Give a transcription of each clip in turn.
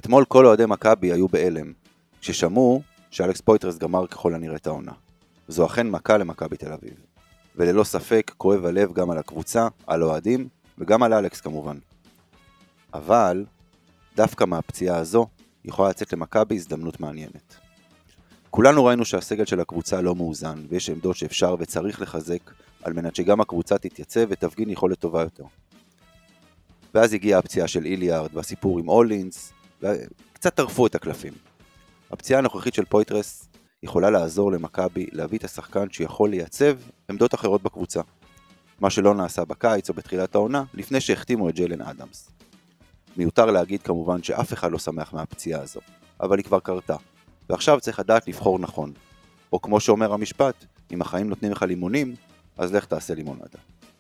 אתמול כל אוהדי מכבי היו בהלם, כששמעו שאלכס פויטרס גמר ככל הנראה את העונה. זו אכן מכה למכבי תל אביב. וללא ספק כואב הלב גם על הקבוצה, על אוהדים, וגם על אלכס כמובן. אבל דווקא מהפציעה הזו יכולה לצאת למכבי הזדמנות מעניינת. כולנו ראינו שהסגל של הקבוצה לא מאוזן, ויש עמדות שאפשר וצריך לחזק, על מנת שגם הקבוצה תתייצב ותפגין יכולת טובה יותר. ואז הגיעה הפציעה של איליארד והסיפור עם אולינס, וקצת טרפו את הקלפים. הפציעה הנוכחית של פויטרס יכולה לעזור למכבי להביא את השחקן שיכול לייצב עמדות אחרות בקבוצה. מה שלא נעשה בקיץ או בתחילת העונה, לפני שהחתימו את ג'יילן אדמס. מיותר להגיד כמובן שאף אחד לא שמח מהפציעה הזו, אבל היא כבר קרתה. ועכשיו צריך לדעת לבחור נכון. או כמו שאומר המשפט, אם החיים נותנים לך לימונים, אז לך תעשה לימונדה.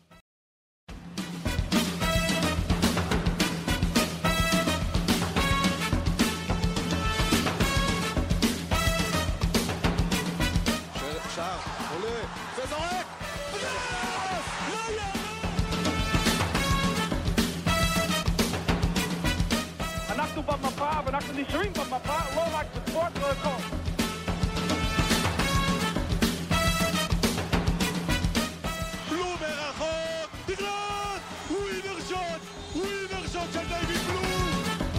אנחנו נשארים במפה, לא רק בספורט, לא הכל. בלום מרחוק, תגלוט! הוא עיבר שוט של דיוויד בלום!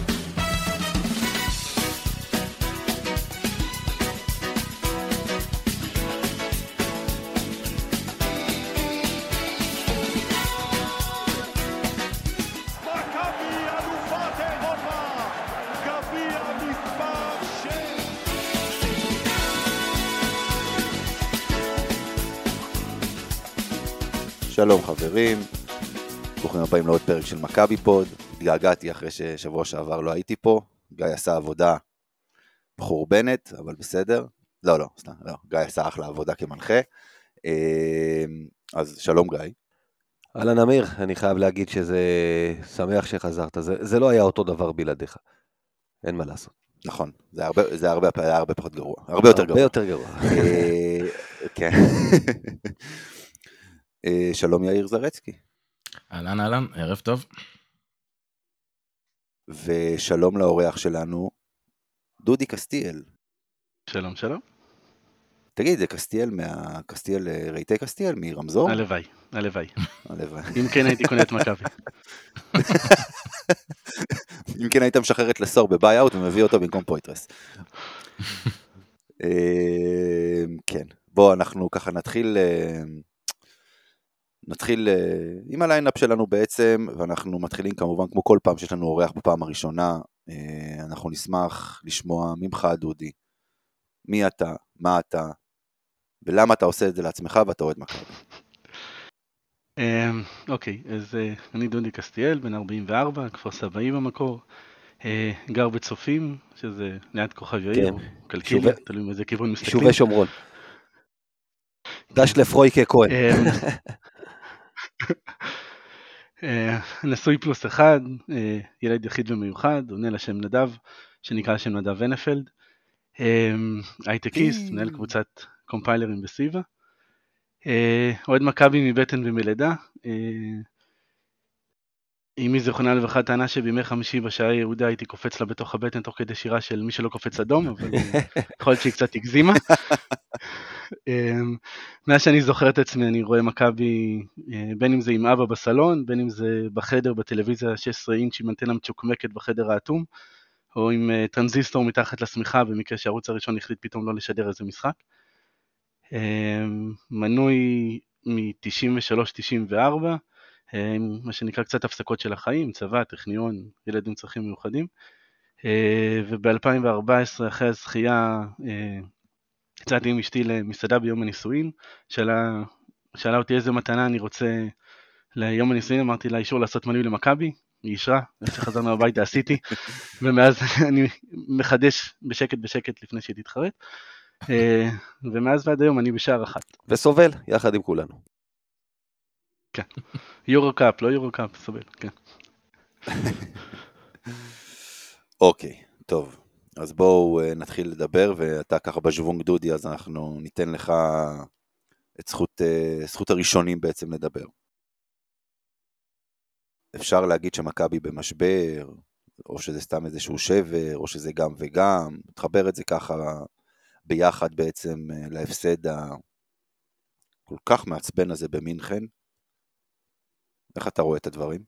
מכבי אלופת אירופה! גביע מספר 6! שלום חברים, ברוכים הבאים לעוד פרק של מכבי פוד. התגעגעתי אחרי ששבוע שעבר לא הייתי פה. גיא עשה עבודה מחורבנת, אבל בסדר. לא, סתם, לא. גיא עשה אחלה עבודה כמנחה. אז שלום גיא. אהלן אמיר, אני חייב להגיד שזה שמח שחזרת, זה לא היה אותו דבר בלעדיך, אין מה לעשות. נכון, זה הרבה פחות גרוע, הרבה יותר גרוע. הרבה יותר גרוע. כן. שלום יאיר זרצקי. אהלן, ערב טוב. ושלום לאורח שלנו, דודי קסטיאל. שלום. תגיד, זה קסטיאל קסטיאל, ראיתי קסטיאל מרמזור? הלוואי. הלוואי. אם כן הייתי קונה את מכבי. אם כן היית משחררת לסור בביי אאוט ומביא אותו במקום פויטרס. כן, בוא אנחנו ככה נתחיל עם הליינאפ שלנו בעצם, ואנחנו מתחילים כמובן כמו כל פעם שיש לנו אורח בפעם הראשונה. אנחנו נשמח לשמוע ממך דודי, מי אתה, מה אתה, ולמה אתה עושה את זה לעצמך ואתה אוהד מכבי. אוקיי, אז אני דודי קסטיאל, בן 44, כפר סבאי במקור, גר בצופים, שזה ליד כוכב יאיר, קלקיליה, תלוי מאיזה כיוון מסתכלים. שובי שומרון. דש לפרויקה כהן. נשוי פלוס אחד, ילד יחיד ומיוחד, עונה לשם נדב, שנקרא לשם נדב ונפלד, הייטקיסט, מנהל קבוצת קומפיילרים בסיבה, אוהד מכבי מבטן ומלידה. אמי זיכרונה לברכה טענה שבימי חמישי בשעה יהודה הייתי קופץ לה בתוך הבטן תוך כדי שירה של מי שלא קופץ אדום, אבל יכול להיות שהיא קצת הגזימה. מאז שאני זוכר את עצמי אני רואה מכבי, בין אם זה עם אבא בסלון, בין אם זה בחדר בטלוויזיה 16 אינץ' עם אנטנה מצ'וקמקת בחדר האטום, או עם טרנזיסטור מתחת לשמיכה במקרה שהערוץ הראשון החליט פתאום לא לשדר איזה משחק. מנוי מ-93-94, מה שנקרא קצת הפסקות של החיים, צבא, טכניון, ילד עם צרכים מיוחדים. וב-2014 אחרי הזכייה יצאתי עם אשתי למסעדה ביום הנישואין, שאלה אותי איזה מתנה אני רוצה ליום הנישואין, אמרתי לה אישור לעשות מנוי למכבי, היא אישרה, איך שחזרנו הביתה עשיתי, ומאז אני מחדש בשקט לפני שהיא תתחרט, ומאז ועד היום אני בשער אחת. וסובל, יחד עם כולנו. כן, יורו-קאפ, לא יורו-קאפ, סובל, כן. אוקיי, טוב. אז בואו נתחיל לדבר, ואתה ככה בז'וונג דודי, אז אנחנו ניתן לך את זכות הראשונים בעצם לדבר. אפשר להגיד שמכבי במשבר, או שזה סתם איזשהו שבר, או שזה גם וגם, תחבר את זה ככה ביחד בעצם להפסד כל כך מעצבן הזה במינכן. איך אתה רואה את הדברים?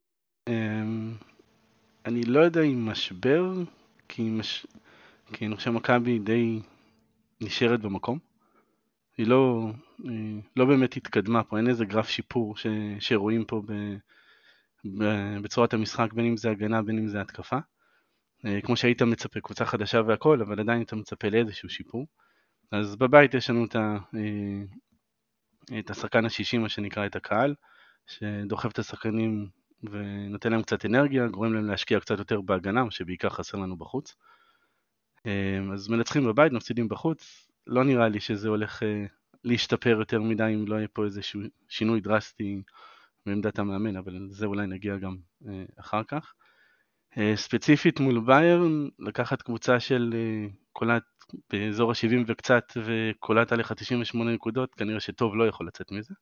אני לא יודע אם משבר, כי אני חושב מכבי די נשארת במקום. היא לא באמת התקדמה פה, אין איזה גרף שיפור שרואים פה בצורת המשחק, בין אם זה הגנה, בין אם זה התקפה. כמו שהיית מצפה, קבוצה חדשה והכל, אבל עדיין אתה מצפה לאיזשהו שיפור. אז בבית יש לנו את השחקן השישי, מה שנקרא, את הקהל, שדוחף את השחקנים ונותן להם קצת אנרגיה, גורם להם להשקיע קצת יותר בהגנה, מה שבעיקר חסר לנו בחוץ. אז מנצחים בבית, מפסידים בחוץ, לא נראה לי שזה הולך להשתפר יותר מדי, אם לא יהיה פה איזשהו שינוי דרסטי בעמדת המאמן, אבל זה אולי נגיע גם אחר כך. ספציפית מול ביירן, לקחת קבוצה של קולט באזור ה-70 וקצת, וקולט עליך 98 נקודות, כנראה שטוב לא יכול לצאת מזה.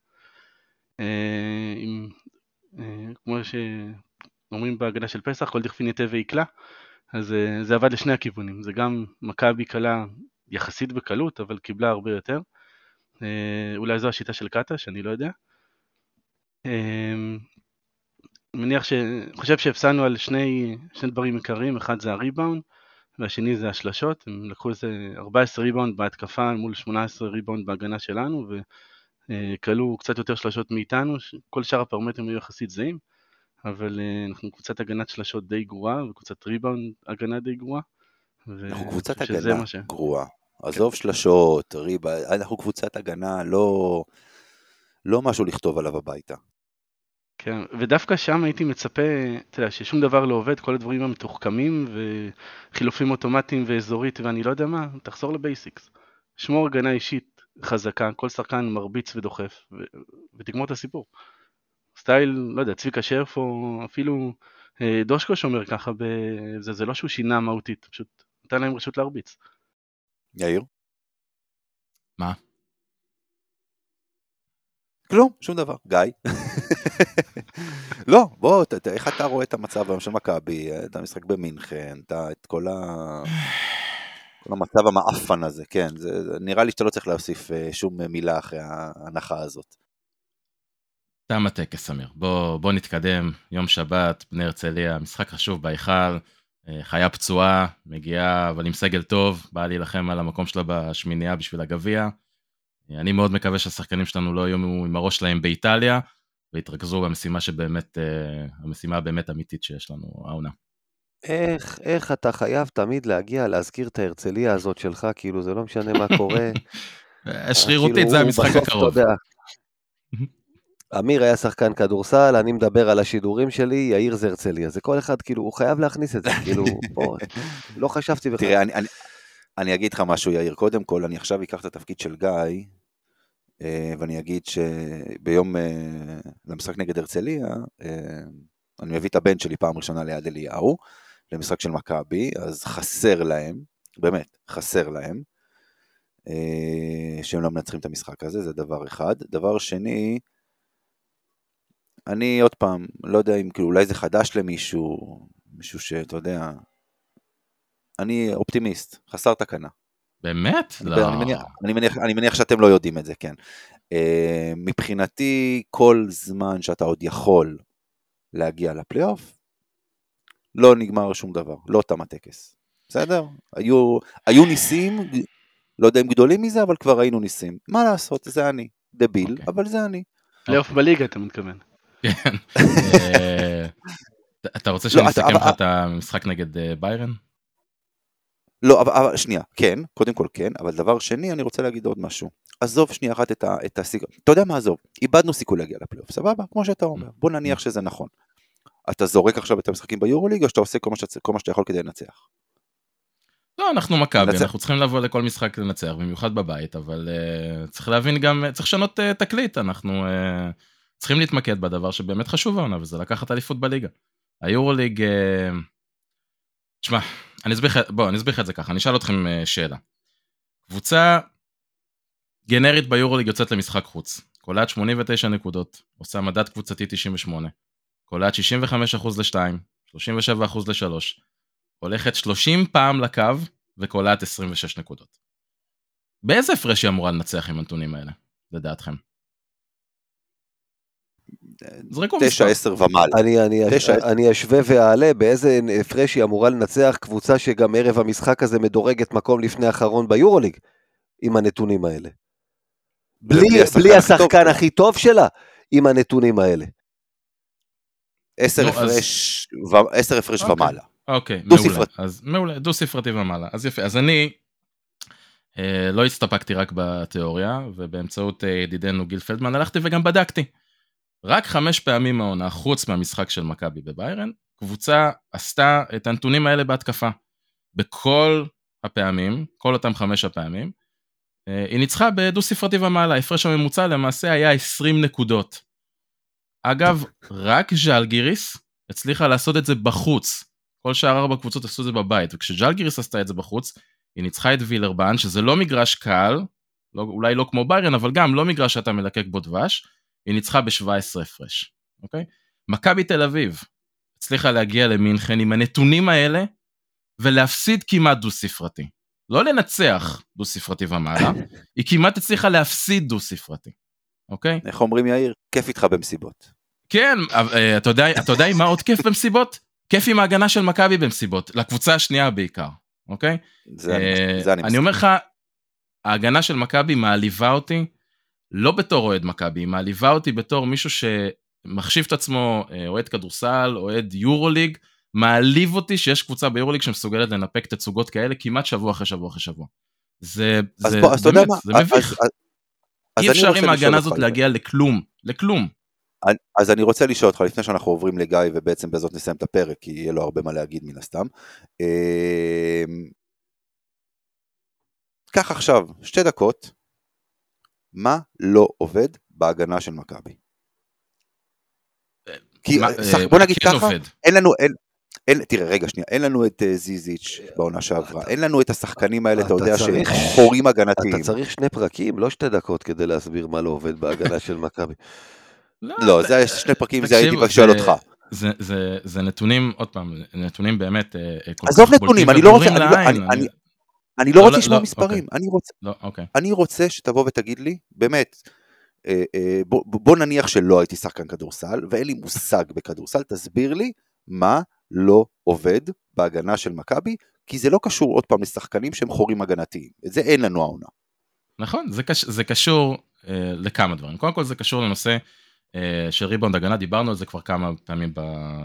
כמו שאומרים בהגנה של פסח, כל דכפין יתה ויקלה, אז זה עבד לשני הכיוונים, זה גם מכבי קלה יחסית בקלות, אבל קיבלה הרבה יותר. אולי זו השיטה של קאטה, שאני לא יודע. חושב שהפסענו על שני דברים עיקריים, אחד זה הריבאונד, והשני זה השלשות, הם לקחו איזה 14 ריבאונד בהתקפה מול 18 ריבאונד בהגנה שלנו, וקלו קצת יותר שלשות מאיתנו, כל שאר הפרמטרים היו יחסית זהים, אבל אנחנו קבוצת הגנת שלשות די גרועה, וקבוצת ריבאונד הגנה די גרועה. אנחנו קבוצת הגנה גרועה, עזוב שלשות, אנחנו קבוצת הגנה, לא משהו לכתוב עליו הביתה. כן, ודווקא שם הייתי מצפה, אתה יודע, ששום דבר לא עובד, כל הדברים המתוחכמים וחילופים אוטומטיים ואזורית ואני לא יודע מה, תחזור לבייסיקס. שמור הגנה אישית חזקה, כל שחקן מרביץ ודוחף, ותגמור את הסיפור. סטייל, לא יודע, צביקה שרף או אפילו דושקו שומר ככה, זה לא שהוא שינה מהותית, פשוט נתן להם רשות להרביץ. יאיר? מה? כלום, שום דבר. גיא? לא, בוא, איך אתה רואה את המצב של מכבי, את המשחק במינכן, את כל המצב המאפן הזה, כן, נראה לי שאתה לא צריך להוסיף שום מילה אחרי ההנחה הזאת. תם הטקס, אמיר. בוא נתקדם, יום שבת, בני הרצליה, משחק חשוב בהיכל, חיה פצועה, מגיעה, אבל עם סגל טוב, באה להילחם על המקום שלה בשמינייה בשביל הגביע. אני מאוד מקווה שהשחקנים שלנו לא יהיו עם הראש שלהם באיטליה, והתרכזו במשימה שבאמת, המשימה הבאמת אמיתית שיש לנו, העונה. איך אתה חייב תמיד להזכיר את ההרצליה הזאת שלך, כאילו זה לא משנה מה קורה. שרירותית, זה המשחק הקרוב. אמיר היה שחקן כדורסל, אני מדבר על השידורים שלי, יאיר זה הרצליה, זה כל אחד, כאילו, הוא חייב להכניס את זה, כאילו, לא חשבתי בכלל. תראה, אני אגיד לך משהו, יאיר, קודם כל, אני עכשיו אקח את התפקיד של גיא, ואני אגיד שביום למשחק נגד הרצליה, אני מביא את הבן שלי פעם ראשונה ליד אליהו, למשחק של מכבי, אז חסר להם, באמת, חסר להם, שהם לא מנצחים את המשחק הזה, זה דבר אחד. דבר שני, אני עוד פעם, לא יודע אם כאילו אולי זה חדש למישהו, מישהו שאתה יודע, אני אופטימיסט, חסר תקנה. באמת? לא. אני מניח שאתם לא יודעים את זה, כן. מבחינתי, כל זמן שאתה עוד יכול להגיע לפלייאוף, לא נגמר שום דבר, לא תם הטקס. בסדר? היו ניסים, לא יודע אם גדולים מזה, אבל כבר ראינו ניסים. מה לעשות? זה אני. דביל, אבל זה אני. פלייאוף בליגה, אתה מתכוון. כן. אתה רוצה שאני אסכם לך את המשחק נגד ביירן? לא, אבל שנייה, כן, קודם כל כן, אבל דבר שני, אני רוצה להגיד עוד משהו. עזוב שנייה אחת את הסיכוי, אתה יודע מה עזוב? איבדנו סיכוי להגיע לפלייאוף, סבבה? כמו שאתה אומר, בוא נניח שזה נכון. אתה זורק עכשיו את המשחקים ביורוליג, או שאתה עושה כל מה שאתה יכול כדי לנצח? לא, אנחנו מכבי, אנחנו צריכים לבוא לכל משחק לנצח, במיוחד בבית, אבל צריך להבין גם, צריך לשנות תקליט, אנחנו צריכים להתמקד בדבר שבאמת חשוב העונה, וזה לקחת אליפות בליגה. היורוליג, תשמע, אני אסביר לך את זה ככה, אני אשאל אתכם שאלה. קבוצה גנרית ביורוליג יוצאת למשחק חוץ, קולעת 89 נקודות, עושה מדד קבוצתי 98, קולעת 65% ל-2, 37% ל-3, הולכת 30 פעם לקו, וקולעת 26 נקודות. באיזה הפרש היא אמורה לנצח עם הנתונים האלה, לדעתכם? זרקו מספר. 9-10 ומעלה. אני אשווה ואעלה באיזה הפרש היא אמורה לנצח קבוצה שגם ערב המשחק הזה מדורגת מקום לפני האחרון ביורוליג, עם הנתונים האלה. בלי השחקן הכי טוב שלה, עם הנתונים האלה. 10 הפרש ומעלה. אוקיי, מעולה. אז מעולה, דו ספרתי ומעלה. אז יפה, אז אני לא הסתפקתי רק בתיאוריה, ובאמצעות ידידנו גיל פלדמן הלכתי וגם בדקתי. רק 5 פעמים העונה, חוץ מהמשחק של מכבי בביירן, קבוצה עשתה את הנתונים האלה בהתקפה. בכל הפעמים, כל אותם 5 הפעמים, היא ניצחה בדו ספרתי ומעלה, הפרש הממוצע למעשה היה 20 נקודות. אגב, רק ז'אלגיריס הצליחה לעשות את זה בחוץ. כל שאר 4 קבוצות עשו את זה בבית, וכשז'אלגיריס עשתה את זה בחוץ, היא ניצחה את וילרבן, שזה לא מגרש קל, אולי לא כמו ביירן, אבל גם לא מגרש שאתה מלקק בו דבש, היא ניצחה ב-17 הפרש, אוקיי? מכבי תל אביב הצליחה להגיע למינכן עם הנתונים האלה, ולהפסיד כמעט דו ספרתי. לא לנצח דו ספרתי ומעלה, היא כמעט הצליחה להפסיד דו ספרתי, אוקיי? איך אומרים יאיר? כיף איתך במסיבות. כן, אתה יודע מה עוד כיף במסיבות? כיף עם ההגנה של מכבי במסיבות, לקבוצה השנייה בעיקר, אוקיי? אני אומר לך, ההגנה של מכבי מעליבה אותי, לא בתור אוהד מכבי, היא מעליבה אותי בתור מישהו שמחשיב את עצמו אוהד כדורסל, אוהד יורוליג, מעליב אותי שיש קבוצה ביורוליג שמסוגלת לנפק תצוגות כאלה כמעט שבוע אחרי שבוע אחרי שבוע. זה באמת, זה מביך. אי אפשר עם ההגנה הזאת להגיע לכלום. אז אני רוצה לשאול אותך, לפני שאנחנו עוברים לגיא, ובעצם בזאת נסיים את הפרק, כי יהיה לו הרבה מה להגיד מן הסתם. קח עכשיו 2 דקות, מה לא עובד בהגנה של מכבי? בוא נגיד ככה, תראה רגע שנייה, אין לנו את זיזיץ' בעונה שעברה, אין לנו את השחקנים האלה, אתה יודע שחורים הגנתיים. אתה צריך 2 פרקים, לא 2 דקות כדי להסביר מה לא עובד בהגנה של מכבי. לא, זה 2 פרקים, זה הייתי בשאול אותך. זה נתונים, עוד פעם, נתונים באמת, עזוב נתונים, אני לא רוצה לשמוע מספרים, אני רוצה שתבוא ותגיד לי, באמת, בוא נניח שלא הייתי שחקן כדורסל, ואין לי מושג בכדורסל, תסביר לי מה לא עובד בהגנה של מכבי, כי זה לא קשור עוד פעם לשחקנים שהם חורים הגנתיים, את זה אין לנו העונה. נכון, זה קשור לכמה דברים, קודם כל זה קשור לנושא של ריבאונד הגנה, דיברנו על זה כבר כמה פעמים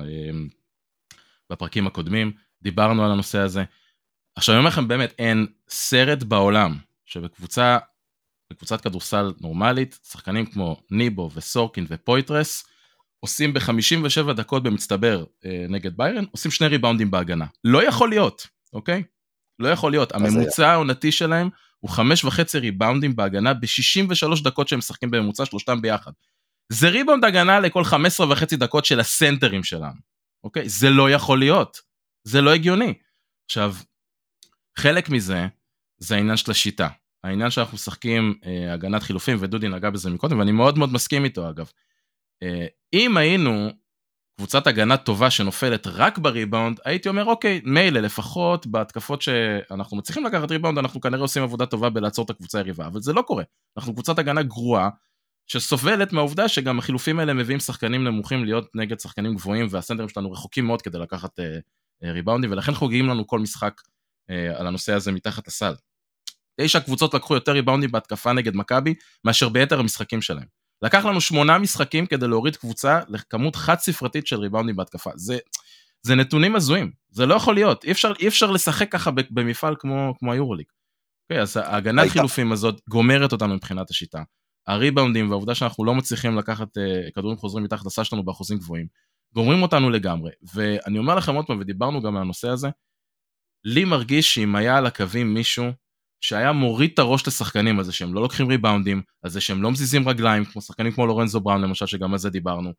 בפרקים הקודמים, דיברנו על הנושא הזה, עכשיו אני אומר לכם באמת, אין סרט בעולם שבקבוצת כדורסל נורמלית, שחקנים כמו ניבו וסורקין ופויטרס, עושים ב-57 דקות במצטבר נגד ביירן, עושים 2 ריבאונדים בהגנה. לא יכול להיות, אוקיי? לא יכול להיות. הממוצע העונתי שלהם הוא 5.5 ריבאונדים בהגנה, ב-63 דקות שהם משחקים בממוצע, 3 ביחד. זה ריבאונד הגנה לכל 15.5 דקות של הסנטרים שלנו, אוקיי? זה לא יכול להיות. זה לא הגיוני. עכשיו, חלק מזה, זה העניין של השיטה. העניין שאנחנו משחקים הגנת חילופים, ודודי נגע בזה מקודם, ואני מאוד מאוד מסכים איתו אגב. אם היינו קבוצת הגנה טובה שנופלת רק בריבאונד, הייתי אומר אוקיי, מילא לפחות בהתקפות שאנחנו מצליחים לקחת ריבאונד, אנחנו כנראה עושים עבודה טובה בלעצור את הקבוצה היריבה, אבל זה לא קורה. אנחנו קבוצת הגנה גרועה, שסובלת מהעובדה שגם החילופים האלה מביאים שחקנים נמוכים להיות נגד שחקנים גבוהים, והסנטרים שלנו רחוקים מאוד כדי לקחת ריבאונדים, ולכן חוגגים לנו כל משחק על הנושא הזה מתחת לסל. 9 קבוצות לקחו יותר ריבאונדים בהתקפה נגד מכבי, מאשר ביתר המשחקים שלהם. לקח לנו 8 משחקים כדי להוריד קבוצה לכמות חד ספרתית של ריבאונדים בהתקפה. זה נתונים הזויים, זה לא יכול להיות. אי אפשר לשחק ככה במפעל כמו היורוליג. אוקיי, אז ההגנת חילופים הזאת גומרת אותנו מבחינת השיטה. הריבאונדים והעובדה שאנחנו לא מצליחים לקחת כדורים חוזרים מתחת לסל שלנו באחוזים גבוהים, גומרים אותנו לגמרי. ואני אומר לכם עוד פעם, ודיברנו גם על הנושא הזה, לי מרגיש שאם היה על הקווים מישהו שהיה מוריד את הראש לשחקנים על זה שהם לא לוקחים ריבאונדים, על זה שהם לא מזיזים רגליים, כמו שחקנים כמו לורנזו בראון למשל, שגם על זה דיברנו,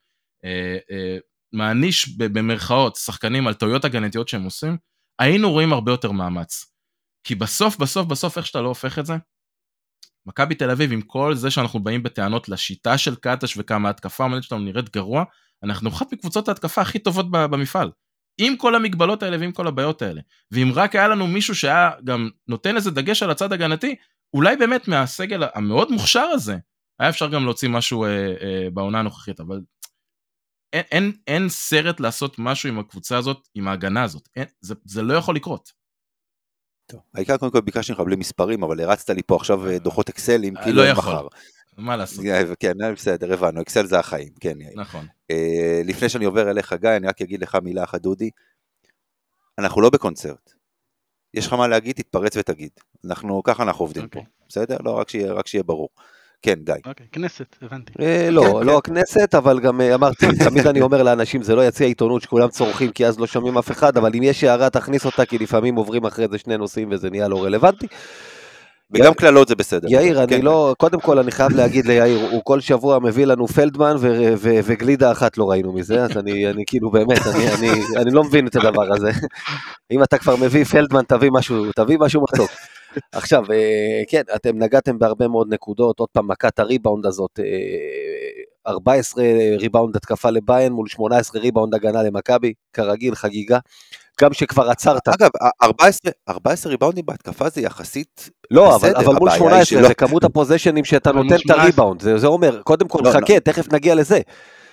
מעניש במרכאות שחקנים על טעויות הגנתיות שהם עושים, היינו רואים הרבה יותר מאמץ. כי בסוף איך שאתה לא הופך את זה, מכבי תל אביב עם כל זה שאנחנו באים בטענות לשיטה של קטש וכמה התקפה המנהלת שלנו נראית גרוע, אנחנו אחת מקבוצות ההתקפה הכי טובות במפעל. עם כל המגבלות האלה ועם כל הבעיות האלה, ואם רק היה לנו מישהו שהיה גם נותן איזה דגש על הצד הגנתי, אולי באמת מהסגל המאוד מוכשר הזה, היה אפשר גם להוציא משהו בעונה הנוכחית, אבל אין סרט לעשות משהו עם הקבוצה הזאת, עם ההגנה הזאת, זה לא יכול לקרות. טוב, העיקר קודם כל ביקשתי לך בלי מספרים, אבל הרצת לי פה עכשיו דוחות אקסלים, כאילו לא יכול, מה לעשות? כן, בסדר, הבנו, אקסל זה החיים, כן. נכון. לפני שאני עובר אליך גיא, אני רק אגיד לך מילה אחת דודי, אנחנו לא בקונצרט, יש לך מה להגיד, תתפרץ ותגיד, ככה אנחנו עובדים פה, בסדר? לא, רק שיהיה ברור. כן, גיא. אוקיי, כנסת, הבנתי. לא הכנסת, אבל גם אמרתי, תמיד אני אומר לאנשים, זה לא יציע עיתונות שכולם צורכים, כי אז לא שומעים אף אחד, אבל אם יש הערה, תכניס אותה, כי לפעמים עוברים אחרי זה שני נושאים, וזה נהיה לא רלוונטי. וגם כללות זה בסדר. יאיר, אני לא, קודם כל אני חייב להגיד ליאיר, הוא כל שבוע מביא לנו פלדמן, וגלידה אחת לא ראינו מזה, אז אני כאילו באמת, אני לא מבין את הדבר הזה. אם אתה כבר מביא פלדמן, תביא משהו מתוק. עכשיו, כן, אתם נגעתם בהרבה מאוד נקודות, עוד פעם מכת הריבאונד הזאת, 14 ריבאונד התקפה לביין, מול 18 ריבאונד הגנה למכבי, כרגיל, חגיגה, גם שכבר עצרת. אגב, 14 ריבאונדים בהתקפה זה יחסית לא, אבל מול 18 זה כמות הפוזיישנים שאתה נותן את הריבאונד, זה אומר, קודם כל חכה, תכף נגיע לזה.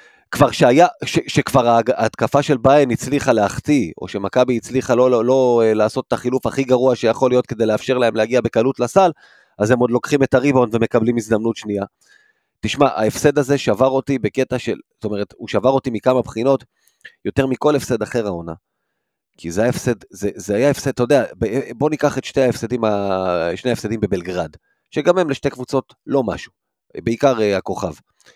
שכבר ההתקפה של ביין הצליחה להחטיא, או שמכבי הצליחה לא לעשות את החילוף הכי גרוע שיכול להיות כדי לאפשר להם להגיע בקלות לסל, אז הם עוד לוקחים את הריבאונד ומקבלים הזדמנות שנייה. תשמע, ההפסד הזה שבר אותי בקטע של, זאת אומרת, הוא שבר אותי מכמה בחינות, יותר מכל הפסד אחר העונה. כי זה היה הפסד, אתה יודע, בוא ניקח את שני ההפסדים בבלגרד, שגם הם לשתי קבוצות לא משהו, בעיקר הכוכב.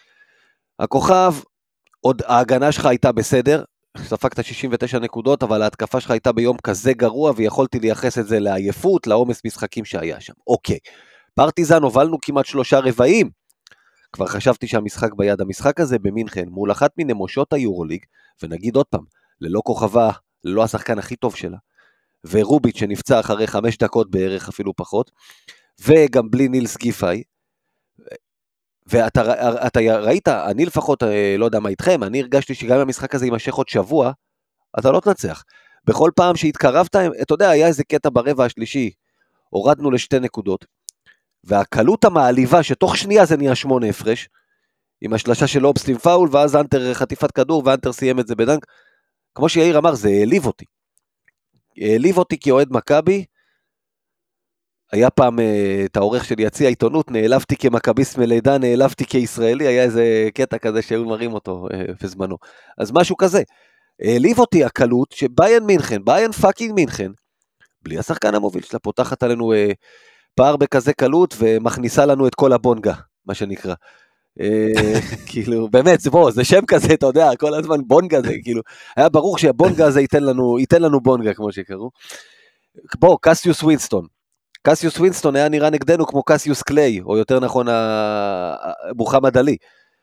הכוכב, עוד ההגנה שלך הייתה בסדר, ספקת 69 נקודות, אבל ההתקפה שלך הייתה ביום כזה גרוע, ויכולתי לייחס את זה לעייפות, לעומס משחקים שהיה שם. אוקיי, פרטיזן הובלנו כמעט 3 רבעים, כבר חשבתי שהמשחק ביד, המשחק הזה במינכן, מול אחת מנמושות היורוליג, ונגיד עוד פעם, ללא כוכבה, ללא השחקן הכי טוב שלה, ורוביץ' שנפצע אחרי 5 דקות בערך, אפילו פחות, וגם בלי נילס גיפאי, ואתה ראית, אני לפחות, לא יודע מה איתכם, אני הרגשתי שגם המשחק הזה יימשך עוד שבוע, אתה לא תנצח. בכל פעם שהתקרבת, אתה יודע, היה איזה קטע ברבע השלישי, הורדנו ל2 נקודות, והקלות המעליבה שתוך שנייה זה נהיה 8 הפרש, עם השלשה של אובסטים פאול, ואז אנטר חטיפת כדור, ואנטר סיים את זה בדנק, כמו שיאיר אמר, זה העליב אותי. העליב אותי כאוהד מכבי, היה פעם את העורך של יציע עיתונות, נעלבתי כמכביסט מלידה, נעלבתי כישראלי, היה איזה קטע כזה שהיו מראים אותו בזמנו. אז משהו כזה. העליב אותי הקלות שביין מינכן, ביין פאקינג מינכן, בלי השחקן המוביל שלה, פותחת עלינו פער בכזה קלות, ומכניסה לנו את כל הבונגה, מה שנקרא. כאילו, באמת, זה שם כזה, אתה יודע, כל הזמן בונגה זה, כאילו, היה ברור שהבונגה הזה ייתן לנו בונגה, כמו שקראו. בוא, קסיוס ווינסטון. קסיוס ווינסטון היה נראה נגדנו כמו קסיוס קליי, או יותר נכון, מוחמד עלי.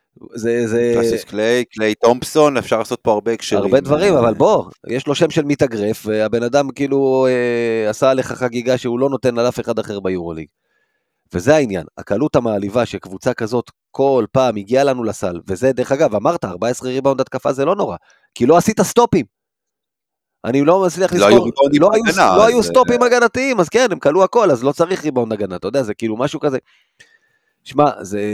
קסיוס קליי, קליי תומפסון, אפשר לעשות פה הרבה הקשרים. הרבה דברים, אבל בוא, יש לו שם של מתאגרף, והבן אדם כאילו עשה עליך חגיגה שהוא לא נותן על אף אחד אחר ביורוליג. וזה העניין, הקלות המעליבה שקבוצה כזאת כל פעם הגיעה לנו לסל, וזה דרך אגב, אמרת, 14 ריבאונד התקפה זה לא נורא, כי לא עשית סטופים. אני לא מצליח לזכור, לא היו סטופים הגנתיים, אז כן, הם קלו הכל, אז לא צריך ריבאונד הגנה, אתה יודע, זה כאילו משהו כזה. שמע,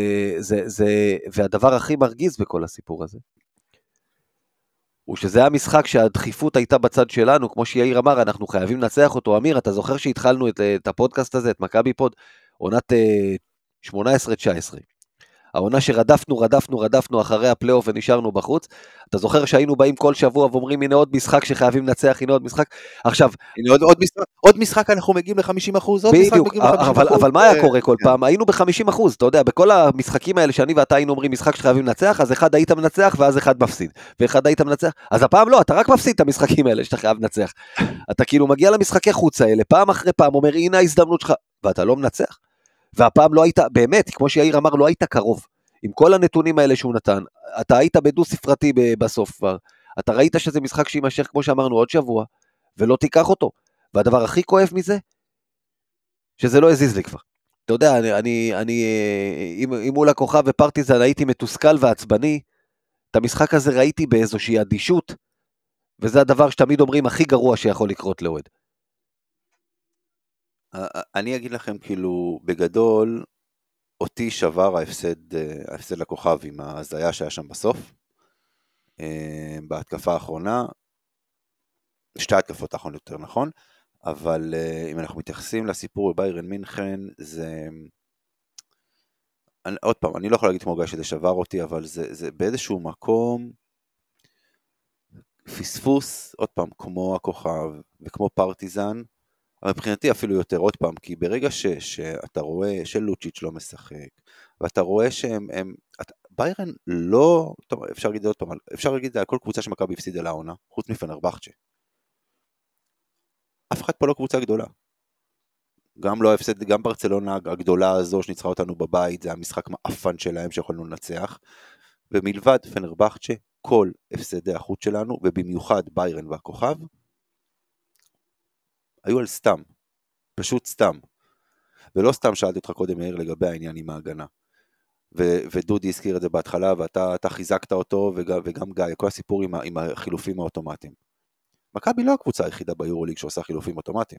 והדבר הכי מרגיז בכל הסיפור הזה, הוא שזה המשחק שהדחיפות הייתה בצד שלנו, כמו שיאיר אמר, אנחנו חייבים לנצח אותו. אמיר, אתה זוכר שהתחלנו את הפודקאסט הזה, את מכבי פוד, עונת 18-19. העונה שרדפנו אחרי הפלייאוף ונשארנו בחוץ. אתה זוכר שהיינו באים כל שבוע ואומרים, הנה עוד משחק שחייבים לנצח, הנה עוד משחק. עכשיו, עוד משחק אנחנו מגיעים ל-50%, בדיוק, אבל מה היה קורה כל פעם? היינו ב-50%, אתה יודע, בכל המשחקים האלה שאני ואתה היינו אומרים משחק שחייבים לנצח, אז אחד היית מנצח ואז אחד מפסיד, ואחד היית מנצח, אז הפעם לא, אתה רק מפסיד את המשחקים האלה שאתה חייב לנצח. אתה כאילו מגיע למשחקי חוץ האלה, פעם אחרי פעם אומר, הנה ההזדמנות שלך, ואתה לא מנצח. והפעם לא היית, באמת, כמו שיאיר אמר, לא היית קרוב. עם כל הנתונים האלה שהוא נתן, אתה היית בדו ספרתי בסוף כבר, אתה ראית שזה משחק שימשך, כמו שאמרנו, עוד שבוע, ולא תיקח אותו. והדבר הכי כואב מזה, שזה לא הזיז לי כבר. אתה יודע, אם מול הכוכב ופרטיזן הייתי מתוסכל ועצבני, את המשחק הזה ראיתי באיזושהי אדישות, וזה הדבר שתמיד אומרים הכי גרוע שיכול לקרות לאוהד. אני אגיד לכם, כאילו, בגדול, אותי שבר ההפסד לכוכב עם ההזיה שהיה שם בסוף, בהתקפה האחרונה, שתי התקפות האחרונות יותר נכון, אבל אם אנחנו מתייחסים לסיפור בביירן מינכן, זה... עוד פעם, אני לא יכול להגיד כמו גיא שזה שבר אותי, אבל זה באיזשהו מקום פספוס, עוד פעם, כמו הכוכב וכמו פרטיזן, אבל מבחינתי אפילו יותר, עוד פעם, כי ברגע שאתה רואה שלוצ'יץ' לא משחק, ואתה רואה שהם, ביירן לא, טוב, אפשר להגיד עוד פעם, אפשר להגיד על כל קבוצה שמכבי הפסידה לעונה, חוץ מפנרבחצ'ה. אף אחד פה לא קבוצה גדולה. גם לא הפסד, גם ברצלונה הגדולה הזו שניצחה אותנו בבית, זה המשחק מאפן שלהם שיכולנו לנצח, ומלבד פנרבחצ'ה, כל הפסדי החוץ שלנו, ובמיוחד ביירן והכוכב, היו על סתם, פשוט סתם. ולא סתם שאלתי אותך קודם מהיר לגבי העניין עם ההגנה. ודודי הזכיר את זה בהתחלה, ואתה חיזקת אותו, וגם גיא, כל הסיפור עם החילופים האוטומטיים. מכבי לא הקבוצה היחידה ביורוליג שעושה חילופים אוטומטיים.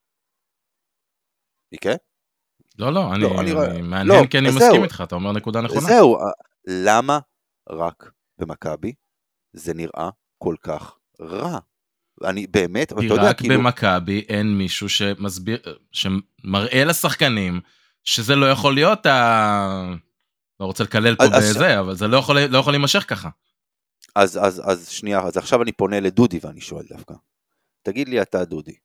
כן? לא, אני מעניין כי אני מסכים איתך, אתה אומר נקודה נכונה. זהו, למה רק במכבי זה נראה כל כך רע? אני באמת, כי רק במכבי אין מישהו שמראה לשחקנים שזה לא יכול להיות, לא רוצה לקלל פה בזה, אבל זה לא יכול להימשך ככה. אז שנייה, אז עכשיו אני פונה לדודי ואני שואל דווקא. תגיד לי אתה דודי,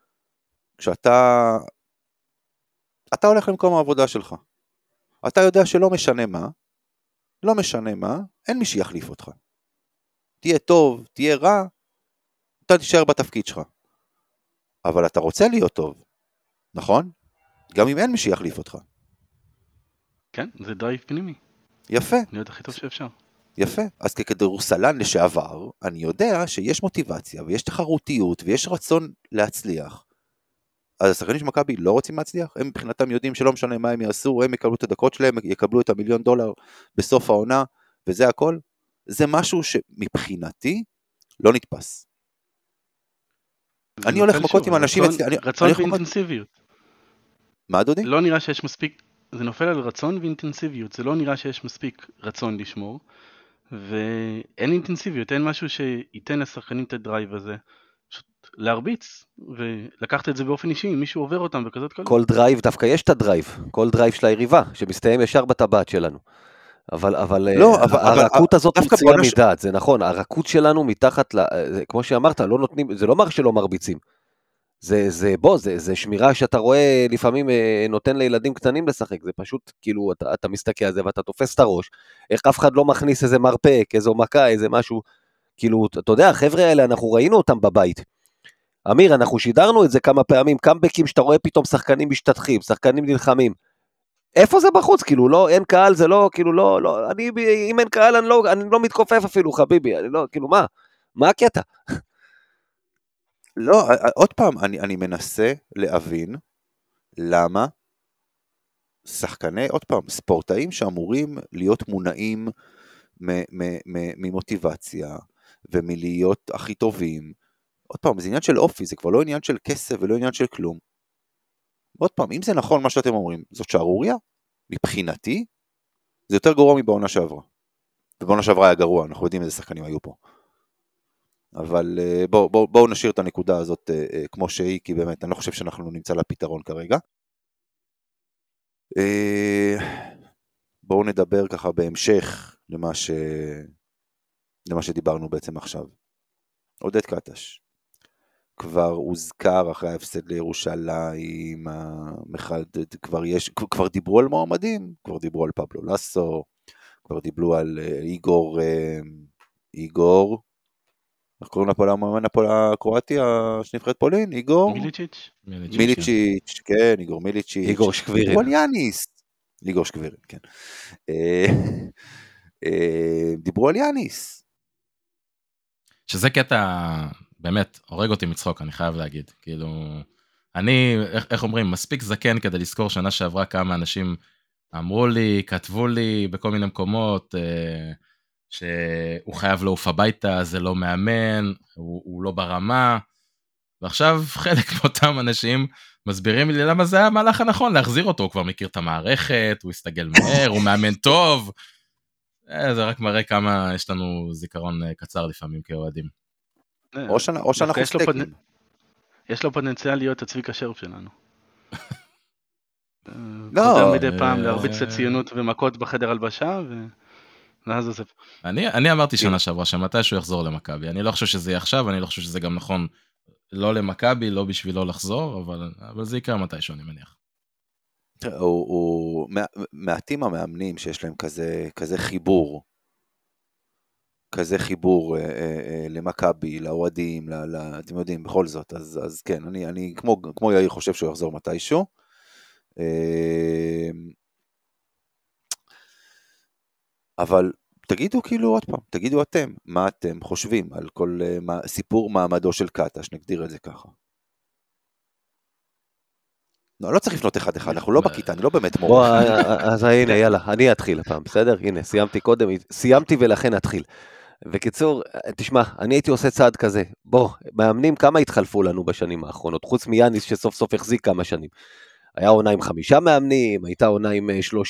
כשאתה הולך למקום העבודה שלך, אתה יודע שלא משנה מה, אין מי שיחליף אותך. תהיה טוב, תהיה רע, אתה תישאר בתפקיד שלך. אבל אתה רוצה להיות טוב, נכון? גם אם אין מי שיחליף אותך. כן, זה דרייב פנימי. יפה. להיות הכי טוב שאפשר. יפה. אז ככדורסלן לשעבר, אני יודע שיש מוטיבציה, ויש תחרותיות, ויש רצון להצליח. אז השחקנים של מכבי לא רוצים להצליח, הם מבחינתם יודעים שלא משנה מה הם יעשו, הם יקבלו את הדקות שלהם, יקבלו את $1,000,000 בסוף העונה, וזה הכל. זה משהו שמבחינתי לא נתפס. אני הולך מכות עם אנשים... רצון ואינטנסיביות. מה דודי? לא נראה שיש מספיק, זה נופל על רצון ואינטנסיביות, זה לא נראה שיש מספיק רצון לשמור, ואין אינטנסיביות, אין משהו שייתן לשחקנים את הדרייב הזה. להרביץ, ולקחת את זה באופן אישי, מישהו עובר אותם וכזאת כל... כל דרייב, דווקא יש את הדרייב, כל דרייב של היריבה, שמסתיים ישר בטבעת שלנו. אבל הרכות הזאת מוציאה מדעת, זה נכון, הרכות שלנו מתחת, כמו שאמרת, לא נותנים, זה לא אומר שלא מרביצים. זה שמירה שאתה רואה לפעמים נותן לילדים קטנים לשחק, זה פשוט כאילו אתה מסתכל על זה ואתה תופס את הראש, איך אף אחד לא מכניס איזה מרפק, איזו מכה, איזה משהו, כאילו, אתה יודע, החבר'ה האלה, אנחנו ראינו אותם בבית. אמיר, אנחנו שידרנו את זה כמה פעמים, קאמבקים שאתה רואה פתאום שחקנים משתתחים, שחקנים נלחמים. איפה זה בחוץ? כאילו, לא, אין קהל, זה לא, כאילו, לא, אם אין קהל, אני לא מתכופף אפילו, חביבי, אני לא, כאילו, מה הקטע? לא, עוד פעם, אני מנסה להבין למה שחקני, עוד פעם, ספורטאים שאמורים להיות מונעים ממוטיבציה, ומלהיות הכי טובים, עוד פעם, זה עניין של אופי, זה כבר לא עניין של כסף ולא עניין של כלום. עוד פעם, אם זה נכון מה שאתם אומרים, זאת שערוריה, מבחינתי, זה יותר גרוע מבעונה שעברה. ובעונה שעברה היה גרוע, אנחנו יודעים איזה שחקנים היו פה. אבל בואו נשאיר את הנקודה הזאת כמו שהיא, כי באמת אני לא חושב שאנחנו נמצא לה פתרון כרגע. בואו נדבר ככה בהמשך למה שדיברנו בעצם עכשיו. עודד קטש. כבר הוזכר אחרי ההפסד לירושלים, כבר דיברו על מועמדים, כבר דיברו על פבלו לסו, כבר דיברו על איגור, איך קוראים לפולה המאמן הקרואטי, שנבחרת פולין, איגור? מיליצ'יץ', כן, איגור מיליצ'יץ', איגור שקבירין. דיברו על יאניס, איגור שקבירין, כן. דיברו על יאניס. שזה קטע... באמת, הורג אותי מצחוק, אני חייב להגיד. כאילו, איך אומרים, מספיק זקן כדי לזכור שנה שעברה כמה אנשים אמרו לי, כתבו לי בכל מיני מקומות, שהוא חייב לעוף הביתה, זה לא מאמן, הוא לא ברמה, ועכשיו חלק מאותם אנשים מסבירים לי למה זה המהלך הנכון, להחזיר אותו, הוא כבר מכיר את המערכת, הוא יסתגל מהר, הוא מאמן טוב, זה רק מראה כמה יש לנו זיכרון קצר לפעמים כאוהדים. או שאנחנו סטייקים. יש לו פוטנציאל להיות הצביקה שרף שלנו. לא. מדי פעם להרביץ לציונות ומכות בחדר הלבשה, ואז זה... אני אמרתי שנה שעברה שמתי שהוא יחזור למכבי, אני לא חושב שזה יהיה עכשיו, אני לא חושב שזה גם נכון לא למכבי, לא בשבילו לחזור, אבל זה יקרה מתישהו, אני מניח. מעטים המאמנים שיש להם כזה חיבור למכבי, לאוהדים, אתם יודעים, בכל זאת, אז כן, אני כמו יאיר חושב שהוא יחזור מתישהו, אבל תגידו כאילו עוד פעם, תגידו אתם, מה אתם חושבים על כל סיפור מעמדו של קטש, נגדיר את זה ככה. לא צריך לפנות אחד, אנחנו לא בכיתה, אני לא באמת מורה. אז הנה, יאללה, אני אתחיל הפעם, בסדר? הנה, סיימתי קודם, סיימתי ולכן אתחיל. בקיצור, תשמע, אני הייתי עושה צעד כזה, בוא, מאמנים כמה התחלפו לנו בשנים האחרונות, חוץ מיאניס שסוף סוף החזיק כמה שנים. היה עונה עם 5 מאמנים, הייתה עונה עם 3,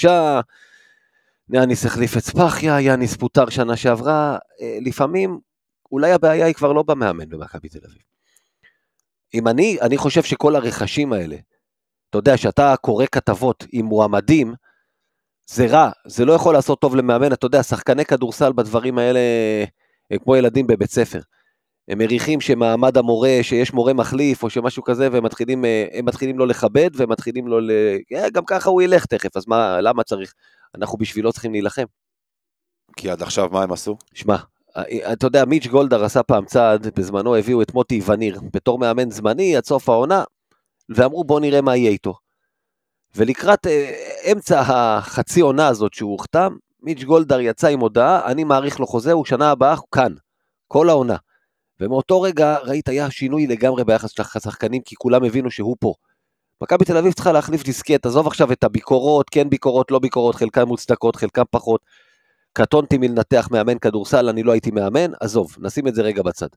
יאניס החליף את ספחיה, יאניס פוטר שנה שעברה, לפעמים, אולי הבעיה היא כבר לא במאמן במכבי תל אביב. אם אני חושב שכל הרכשים האלה, אתה יודע, שאתה קורא כתבות עם מועמדים, זה רע, זה לא יכול לעשות טוב למאמן, אתה יודע, שחקני כדורסל בדברים האלה, הם כמו ילדים בבית ספר, הם מריחים שמעמד המורה, שיש מורה מחליף, או שמשהו כזה, והם מתחילים לא לכבד, והם מתחילים לא גם ככה הוא ילך תכף, אז למה צריך? אנחנו בשבילו צריכים להילחם. כי עד עכשיו מה הם עשו? שמע, אתה יודע, מיץ' גולדהר עשה פעם צעד, בזמנו הביאו את מוטי וניר, בתור מאמן זמני, עד סוף העונה, ואמרו בוא נראה מה יהיה איתו. ולקראת אמצע החצי עונה הזאת שהוא הוחתם, מיץ' גולדהר יצא עם הודעה, אני מעריך לו חוזה, הוא שנה הבאה כאן, כל העונה. ומאותו רגע ראית היה שינוי לגמרי ביחס של השחקנים, כי כולם הבינו שהוא פה. מכבי תל אביב צריכה להחליף דיסקט, עזוב עכשיו את הביקורות, כן ביקורות, לא ביקורות, חלקן מוצדקות, חלקן פחות. קטונתי מלנתח מאמן כדורסל, אני לא הייתי מאמן, עזוב, נשים את זה רגע בצד.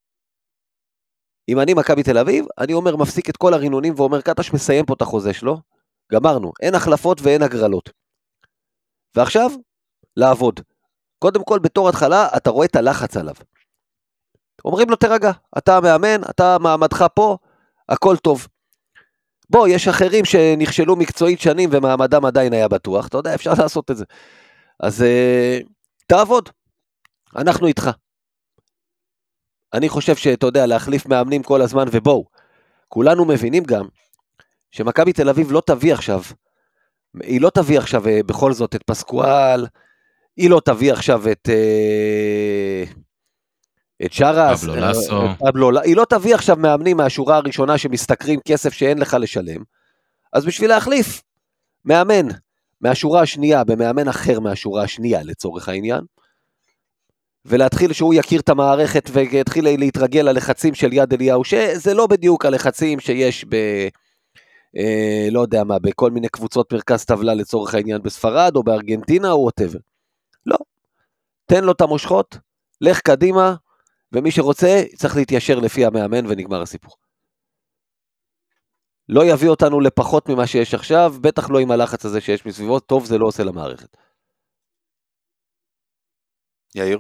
אם אני מכבי תל אביב, אני אומר מפסיק את כל הרינונים, ואומר קטש מסיים פה את החוזה שלו, גמרנו, אין החלפות ואין הגרלות. ועכשיו, לעבוד. קודם כל, בתור התחלה, אתה רואה את הלחץ עליו. אומרים לו תרגע, אתה המאמן, אתה מעמדך פה, הכל טוב. בוא, יש אחרים שנכשלו מקצועית שנים, ומעמדם עדיין היה בטוח, אתה יודע, אפשר לעשות את זה. אז תעבוד, אנחנו איתך. אני חושב שאתה יודע, להחליף מאמנים כל הזמן, ובואו, כולנו מבינים גם, שמכבי תל אביב לא תביא עכשיו, היא לא תביא עכשיו בכל זאת את פסקואל, היא לא תביא עכשיו את שרס, היא לא תביא עכשיו מאמנים מהשורה הראשונה שמסתכרים כסף שאין לך לשלם, אז בשביל להחליף מאמן מהשורה השנייה במאמן אחר מהשורה השנייה לצורך העניין, ולהתחיל שהוא יכיר את המערכת ויתחיל להתרגל ללחצים של יד אליהו, שזה לא בדיוק הלחצים שיש לא יודע מה, בכל מיני קבוצות מרכז טבלה לצורך העניין בספרד או בארגנטינה או whatever. לא. תן לו את המושכות, לך קדימה, ומי שרוצה צריך להתיישר לפי המאמן ונגמר הסיפור. לא יביא אותנו לפחות ממה שיש עכשיו, בטח לא עם הלחץ הזה שיש מסביבו, טוב זה לא עושה למערכת. יאיר?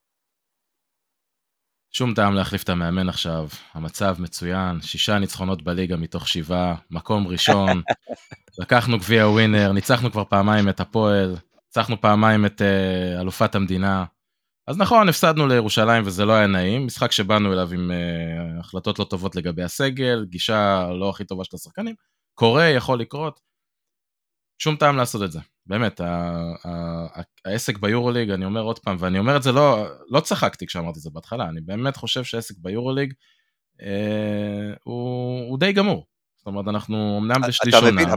שום טעם להחליף את המאמן עכשיו, המצב מצוין, 6 ניצחונות בליגה מתוך 7, מקום ראשון, לקחנו גביע ווינר, ניצחנו כבר פעמיים את הפועל, ניצחנו פעמיים את אלופת המדינה, אז נכון, הפסדנו לירושלים וזה לא היה נעים, משחק שבאנו אליו עם החלטות לא טובות לגבי הסגל, גישה לא הכי טובה של השחקנים, קורה, יכול לקרות, שום טעם לעשות את זה, באמת, העסק ביורוליג, אני אומר עוד פעם, ואני אומר את זה לא צחקתי כשאמרתי את זה בהתחלה, אני באמת חושב שהעסק ביורוליג הוא די גמור, זאת אומרת, אנחנו אמנם בשליש עונה.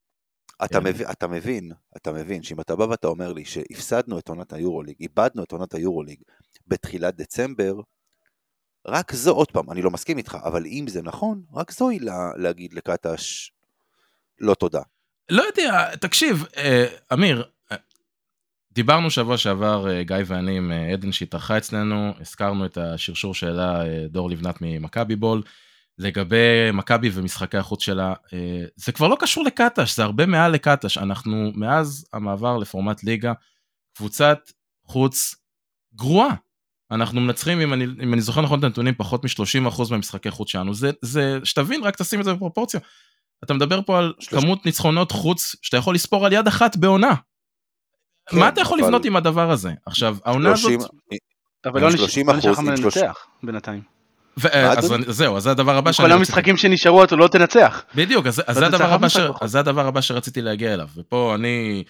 אתה מבין שאם אתה בא ואתה אומר לי שהפסדנו את עונת היורוליג, איבדנו את עונת היורוליג בתחילת דצמבר, רק זו, עוד פעם, אני לא מסכים איתך, אבל אם זה נכון, רק זו היא להגיד לקטש לא תודה. לא יודע, תקשיב, אמיר, דיברנו שבוע שעבר, גיא ואני עם עדן שהתארחה אצלנו, הזכרנו את השרשור שאלה דור לבנת ממכבי בול, לגבי מכבי ומשחקי החוץ שלה, זה כבר לא קשור לקטש, זה הרבה מעל לקטש, אנחנו מאז המעבר לפורמט ליגה, קבוצת חוץ גרועה, אנחנו מנצחים, אם אני זוכר נכון את הנתונים, פחות מ-30% מהמשחקי חוץ שלנו, זה שתבין, רק תשים את זה בפרופורציה, אתה מדבר פה על כמות ניצחונות חוץ, שאתה יכול לספור על יד אחת בעונה, מה אתה יכול לבנות עם הדבר הזה? עכשיו, העונה הזאת... אבל לא נשאר מנצח בינתיים. אז זהו, אז זה הדבר הבא כל המשחקים שנשארו אתה לא תנצח. בדיוק, אז זה הדבר הבא שרציתי להגיע אליו, ופה אני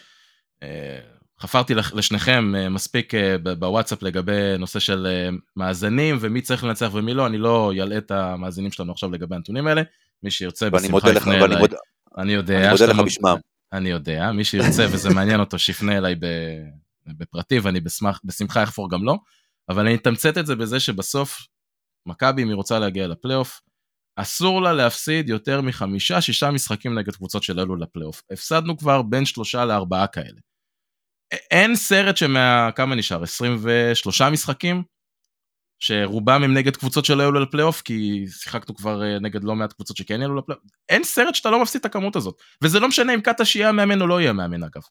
חפרתי לשניכם מספיק בוואטסאפ לגבי נושא של מאזנים, ומי צריך לנצח ומי לא, אני לא ילאה את המאזינים שלנו עכשיו לגבי הנתונים האלה, מי שירצה בשמחה יפנה אליי. אני מודה לך בשמם. אני יודע, מי שירצה וזה מעניין אותו, שיפנה אליי בפרטי, ואני בשמחה אחפור גם לא, אבל אני אתמצת את זה בזה שבסוף, מכבי, אם היא רוצה להגיע לפלייאוף, אסור לה להפסיד יותר מ5-6 משחקים נגד קבוצות שלנו לפלייאוף. הפסדנו כבר בין 3-4 כאלה. אין סרט כמה נשאר? 23 משחקים, שרובם הם נגד קבוצות שלא היו לפלייאוף, כי שיחקנו כבר נגד לא מעט קבוצות שכן יהיו לפלייאוף. אין סרט שאתה לא מפסיד את הכמות הזאת. וזה לא משנה אם קטש יהיה מאמן או לא יהיה מאמן, אגב.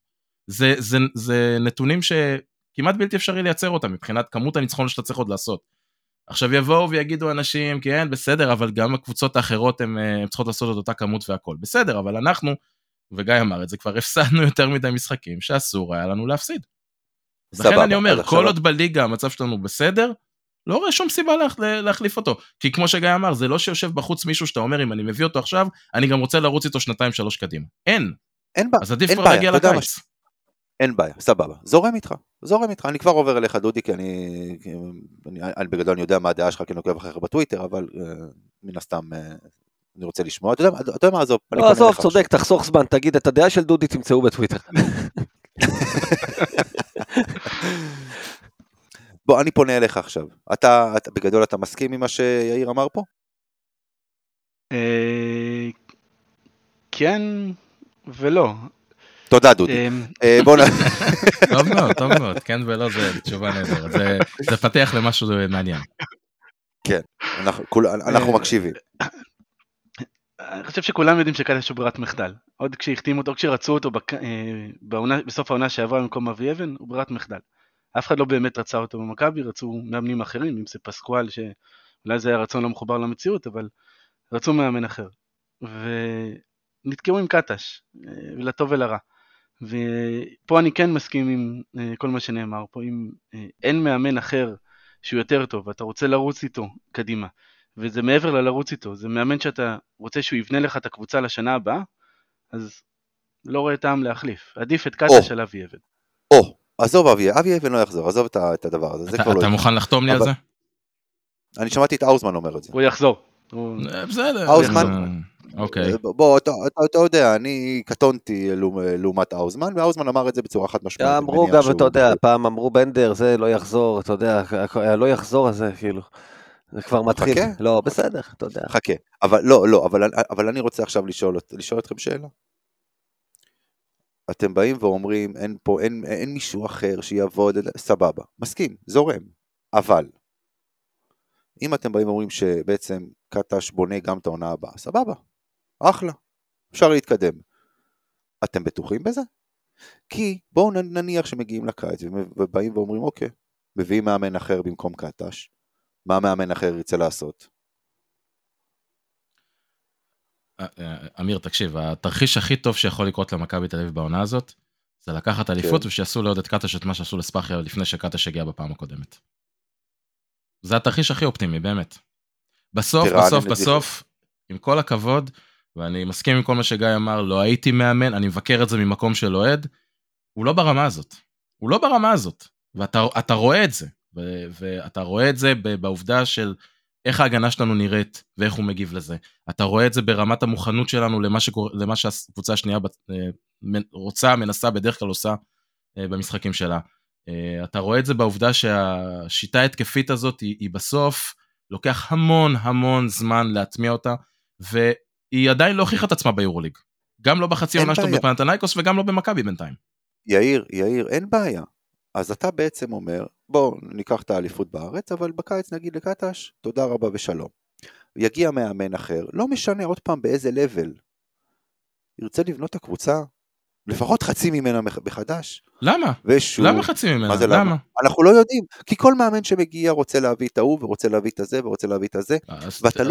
זה נתונים שכמעט בלתי אפשרי לייצר אותם, מבחינת כמות הניצחון שאתה צריך עוד לעשות. עכשיו יבואו ויגידו אנשים, כן, בסדר, אבל גם הקבוצות האחרות הן צריכות לעשות את אותה כמות והכל. בסדר, אבל אנחנו, וגיא אמר את זה, כבר הפסדנו יותר מדי משחקים שאסור היה לנו להפסיד. לכן אני אומר, כל עוד בליגה המצב שלנו בסדר, לא רואה שום סיבה להחליף אותו. כי כמו שגיא אמר, זה לא שיושב בחוץ מישהו שאתה אומר, אם אני מביא אותו עכשיו, אני גם רוצה לרוץ איתו 2-3 קדימה. אין. אז עדיף כבר להגיע לקיץ. אין בעיה, סבבה. זורם איתך. אני כבר עובר אליך, דודי, כי אני בגדול אני יודע מה הדעה שלך, כי אני עוקב אחריך בטוויטר, אבל מן הסתם אני רוצה לשמוע. אתה יודע מה, עזוב. לא, עזוב, צודק, תחסוך זמן, תגיד, את הדעה של דודי תמצאו בטוויטר. בוא, אני פונה אליך עכשיו. אתה בגדול אתה מסכים עם מה שיאיר אמר פה? כן ולא. תודה דודי. טוב מאוד, כן ולא זה תשובה נהדרת, זה פתח למשהו מעניין. כן, אנחנו מקשיבים. אני חושב שכולם יודעים שקטש הוא ברירת מחדל. עוד כשהחתימו אותו, כשרצו אותו בסוף העונה שעברה במקום אבי אבן, הוא ברירת מחדל. אף אחד לא באמת רצה אותו במכבי, רצו מאמנים אחרים, אם זה פסקואל, שאולי זה היה רצון לא מחובר למציאות, אבל רצו מאמן אחר. ונתקעו עם קטש, ולטוב ולרע. ופה אני כן מסכים עם כל מה שנאמר פה, אם אין מאמן אחר שהוא יותר טוב, ואתה רוצה לרוץ איתו קדימה, וזה מעבר ללרוץ איתו, זה מאמן שאתה רוצה שהוא יבנה לך את הקבוצה לשנה הבאה, אז לא רואה טעם להחליף, עדיף את קטש על אבי אבן. עזוב אבי אבן לא יחזור, עזוב את הדבר הזה. אתה מוכן לחתום לי על זה? אני שמעתי את אוזמן אומר את זה. הוא יחזור. בסדר. אוזמן, אוקיי. בוא, אתה יודע, אני קטונתי לעומת אוזמן, ואוזמן אמר את זה בצורה חד משמעית. אמרו גם, אתה יודע, פעם אמרו בנדר, זה לא יחזור, אתה יודע, לא יחזור הזה, כאילו. זה כבר מתחיל. לא, בסדר, אתה יודע. חכה. אבל אני רוצה עכשיו לשאול אתכם שאלה. אתם באים ואומרים, אין מישהו אחר שיעבוד, סבבה, מסכים, זורם, אבל, אם אתם באים ואומרים שבעצם קטש בונה גם את העונה הבאה, סבבה, אחלה, אפשר להתקדם. אתם בטוחים בזה? כי בואו נניח שמגיעים לקיץ, ובאים ואומרים, אוקיי, מביאים מאמן אחר במקום קטש, מה מאמן אחר ירצה לעשות? אמיר, תקשיב, התרחיש הכי טוב שיכול לקרות למכבי תל אביב בעונה הזאת, זה לקחת אליפות ושיעשו לעוד את קטש את מה שעשו לספחיה לפני שקטש הגיע בפעם הקודמת. זה התרחיש הכי אופטימי, באמת. בסוף, עם כל הכבוד, ואני מסכים עם כל מה שגיא אמר, לא הייתי מאמן, אני מבקר את זה ממקום של אוהד, הוא לא ברמה הזאת. ואתה רואה את זה, ואתה רואה את זה בעובדה של איך ההגנה שלנו נראית, ואיך הוא מגיב לזה. אתה רואה את זה ברמת המוכנות שלנו, למה שהקבוצה השנייה רוצה, מנסה, בדרך כלל עושה במשחקים שלה. אתה רואה את זה בעובדה שהשיטה ההתקפית הזאת, היא בסוף לוקח המון זמן להטמיע אותה, והיא עדיין לא הוכיחה את עצמה ביורוליג. גם לא בחצי עונה שלו בפנתנייקוס, וגם לא במכבי בינתיים. יאיר, אין בעיה. אז אתה בעצם אומר, בוא ניקח את האליפות בארץ, אבל בקיץ נגיד לקטש, תודה רבה ושלום. יגיע מאמן אחר, לא משנה עוד פעם באיזה לבל, ירצה לבנות את הקבוצה, לפחות חצי ממנה מחדש. למה? ושוב, למה חצי ממנה? למה? אנחנו לא יודעים, כי כל מאמן שמגיע רוצה להביא את ההוא, ורוצה להביא את הזה, ורוצה להביא את הזה, ואתה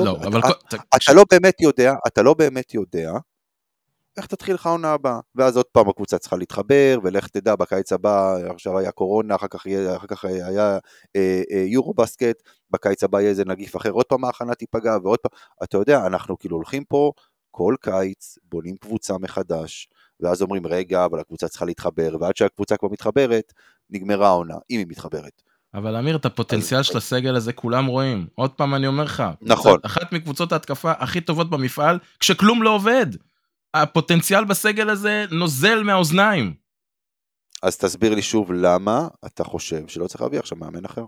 לא באמת יודע, איך תתחיל לך העונה הבאה, ואז עוד פעם הקבוצה צריכה להתחבר, ולך תדע, בקיץ הבא, עכשיו היה קורונה, אחר כך היה יורו בסקט, בקיץ הבא יהיה איזה נגיף אחר, עוד פעם ההכנה תיפגע, ועוד פעם, אתה יודע, אנחנו כאילו הולכים פה, כל קיץ, בונים קבוצה מחדש, ואז אומרים, רגע, אבל הקבוצה צריכה להתחבר, ועד שהקבוצה כבר מתחברת, נגמרה העונה, אם היא מתחברת. אבל אמיר, את הפוטנציאל של הסגל הזה כולם רואים. עוד פעם אני אומר לך, נכון. אחת מקבוצות ההתקפה הכי טובות במפעל, כשכלום לא עובד. הפוטנציאל בסגל הזה נוזל מהאוזניים. אז תסביר לי שוב למה אתה חושב שלא צריך להביא עכשיו מאמן אחר.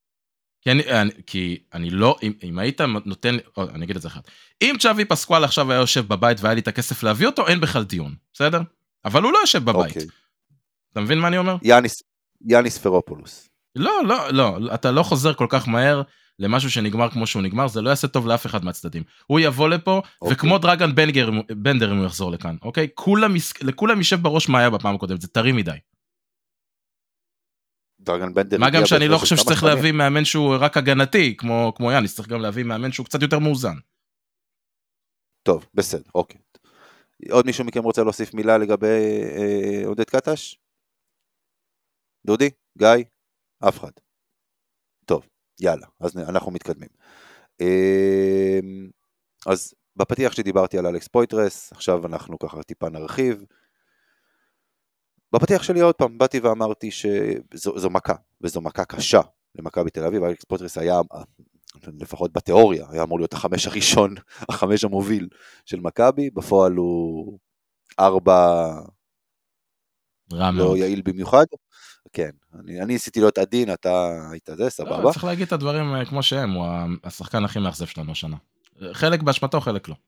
כי אני לא, אם היית נותן, אני אגיד את זה אחד, אם צ'אבי פסקואל עכשיו היה יושב בבית והיה לי את הכסף להביא אותו, אין בכלל דיון, בסדר? אבל הוא לא יושב בבית. אתה מבין מה אני אומר? יאניס פרופולוס. לא, אתה לא חוזר כל כך מהר למשהו שנגמר כמו שהוא נגמר, זה לא יעשה טוב לאף אחד מהצדדים. הוא יבוא לפה, וכמו דרגן בנדר אם הוא יחזור לכאן, אוקיי? לכולם יישב בראש מה היה בפעם הקודמת, זה טרי מדי. מה גם שאני לא חושב שצריך להביא מאמן שהוא רק הגנתי, כמו יאניס, צריך גם להביא מאמן שהוא קצת יותר מאוזן. טוב, בסדר, אוקיי. עוד מישהו מכם רוצה להוסיף מילה לגבי עודד קטש? דודי? גיא? אף אחד. טוב, יאללה, אז אנחנו מתקדמים. אז בפתיח שדיברתי על אלכס פויטרס, עכשיו אנחנו ככה טיפה נרחיב. בפתיח שלי עוד פעם, באתי ואמרתי שזו מכה, וזו מכה קשה למכבי תל אביב. אלכס פויטרס היה, לפחות בתיאוריה, היה אמור להיות החמש הראשון, החמש המוביל של מכבי, בפועל הוא 4 לא יעיל במיוחד. כן, אני עשיתי לו את הדין, אתה היית זה, סבבה. צריך להגיד את הדברים כמו שהם, הוא השחקן הכי מאכזב שלנו השנה. חלק באשמתו, חלק לא.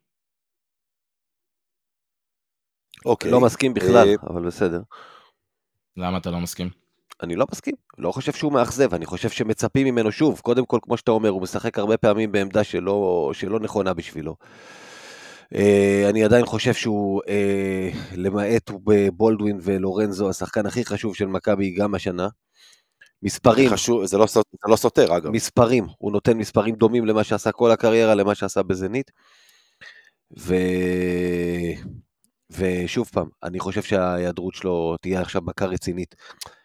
אוקיי. לא מסכים בכלל, אבל בסדר. למה אתה לא מסכים? אני לא מסכים, לא חושב שהוא מאכזב, אני חושב שמצפים ממנו שוב, קודם כל, כמו שאתה אומר, הוא משחק הרבה פעמים בעמדה שלא נכונה בשבילו. אני עדיין חושב שהוא, למעט בבולדווין ולורנזו, השחקן הכי חשוב של מכבי גם השנה. מספרים. חשוב, זה לא סותר, אגב. מספרים, הוא נותן מספרים דומים למה שעשה כל הקריירה, למה שעשה בזנית. ושוב פעם, אני חושב שההיעדרות שלו תהיה עכשיו מכה רצינית.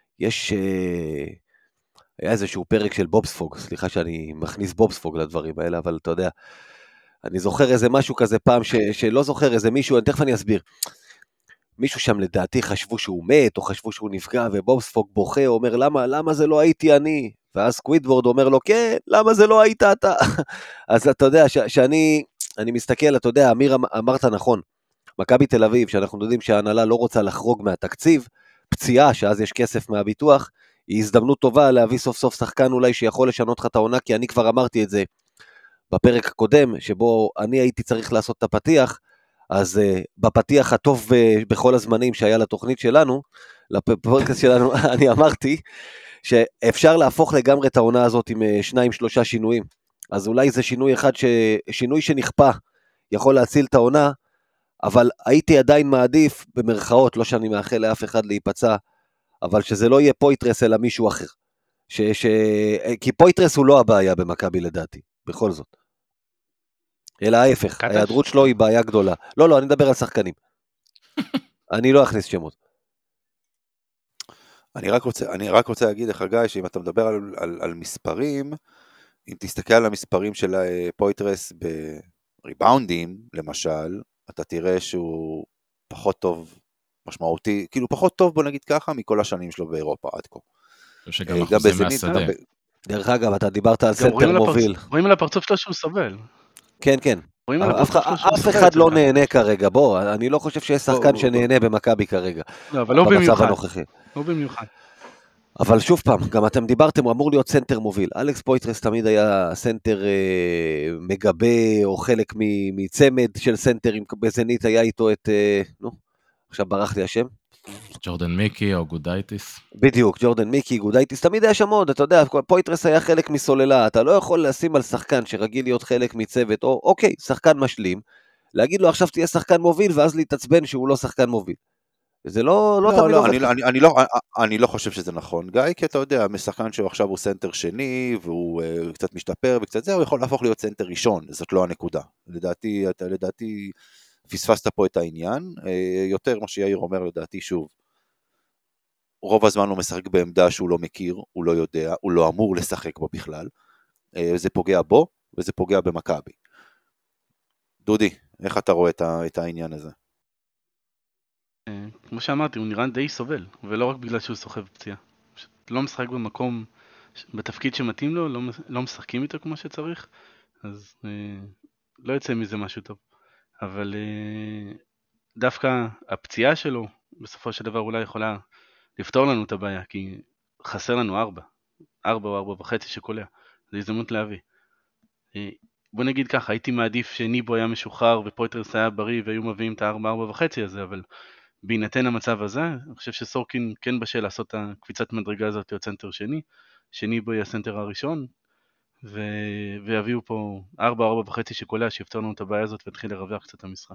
היה איזשהו פרק של בובספוג, סליחה שאני מכניס בובספוג לדברים האלה, אבל אתה יודע, אני זוכר איזה משהו כזה פעם שלא זוכר איזה מישהו, תכף אני אסביר. מישהו שם לדעתי חשבו שהוא מת, או חשבו שהוא נפגע, ובובספוג בוכה, אומר למה זה לא הייתי אני? ואז סקווידוורד אומר לו, כן, למה זה לא היית אתה? אז אתה יודע, שאני מסתכל, אתה יודע, אמיר אמרת נכון, מכבי תל אביב, שאנחנו יודעים שההנהלה לא רוצה לחרוג מהתקציב, פציעה, שאז יש כסף מהביטוח, היא הזדמנות טובה להביא סוף סוף שחקן אולי שיכול לשנות לך את העונה, כי אני כבר אמרתי את זה בפרק הקודם, שבו אני הייתי צריך לעשות את הפתיח, אז בפתיח הטוב בכל הזמנים שהיה לתוכנית שלנו, לפודקאסט שלנו, אני אמרתי שאפשר להפוך לגמרי את העונה הזאת עם 2-3 שינויים, אז אולי זה שינוי אחד, שינוי שנכפה יכול להציל את העונה, אבל הייתי עדיין מעדיף, במרכאות, לא שאני מאחל לאף אחד להיפצע, אבל שזה לא יהיה פויטרס אלא מישהו אחר. כי פויטרס הוא לא הבעיה במכבי לדעתי, בכל זאת. אלא ההפך, ההיעדרות שלו היא בעיה גדולה. לא, אני מדבר על שחקנים. אני לא אכניס שמות. אני רק רוצה להגיד לך, גיא, שאם אתה מדבר על מספרים, אם תסתכל על המספרים של פויטרס בריבאונדים, למשל, אתה תראה שהוא פחות טוב, משמעותי, כאילו פחות טוב, בוא נגיד ככה, מכל השנים שלו באירופה עד כה. שגם אחוזים מהשדה. דרך אגב, אתה דיברת על סנטר מוביל. רואים על הפרצוף שלו שהוא סובל. כן. אף אחד לא נהנה כרגע, בוא, אני לא חושב שיש שחקן שנהנה במכבי כרגע. לא, אבל לא במיוחד. לא במיוחד. אבל שוב פעם, גם אתם דיברתם, הוא אמור להיות סנטר מוביל. אלכס פויטרס תמיד היה סנטר מגבה, או חלק מצמד של סנטרים, בזנית היה איתו את, עכשיו ברח לי השם. ג'ורדן מיקי או גודייטיס. בדיוק, ג'ורדן מיקי, גודייטיס, תמיד היה שם עוד, אתה יודע, פויטרס היה חלק מסוללה, אתה לא יכול לשים על שחקן שרגיל להיות חלק מצוות, או אוקיי, שחקן משלים, להגיד לו עכשיו תהיה שחקן מוביל, ואז להתעצבן שהוא לא שחקן מוביל. זה לא תמיד עובד. אני לא חושב שזה נכון, גיא, כי אתה יודע, משחקן שהוא עכשיו הוא סנטר שני, והוא קצת משתפר וקצת זה, הוא יכול להפוך להיות סנטר ראשון, זאת לא הנקודה. לדעתי פספסת פה את העניין, יותר מה שיאיר אומר לדעתי שוב, רוב הזמן הוא משחק בעמדה שהוא לא מכיר, הוא לא יודע, הוא לא אמור לשחק בו בכלל, זה פוגע בו, וזה פוגע במכבי. דודי, איך אתה רואה את העניין הזה? כמו שאמרתי, הוא נראה די סובל, ולא רק בגלל שהוא סוחב פציעה. לא משחק במקום, בתפקיד שמתאים לו, לא משחקים איתו כמו שצריך, אז לא יצא מזה משהו טוב. אבל דווקא הפציעה שלו, בסופו של דבר אולי יכולה לפתור לנו את הבעיה, כי חסר לנו 4 או 4.5 שקולע, זו הזדמנות להביא. בוא נגיד ככה, הייתי מעדיף שניבו היה משוחרר ופויטרס היה בריא והיו מביאים את ה4.5 הזה, אבל בהינתן המצב הזה, אני חושב שסורקין כן בשל לעשות את הקפיצת מדרגה הזאת להיות סנטר שני, שניבו יהיה הסנטר הראשון, ויביאו פה 4.5 שקולע שיפתור לנו את הבעיה הזאת ותתחיל לרווח קצת המשחק.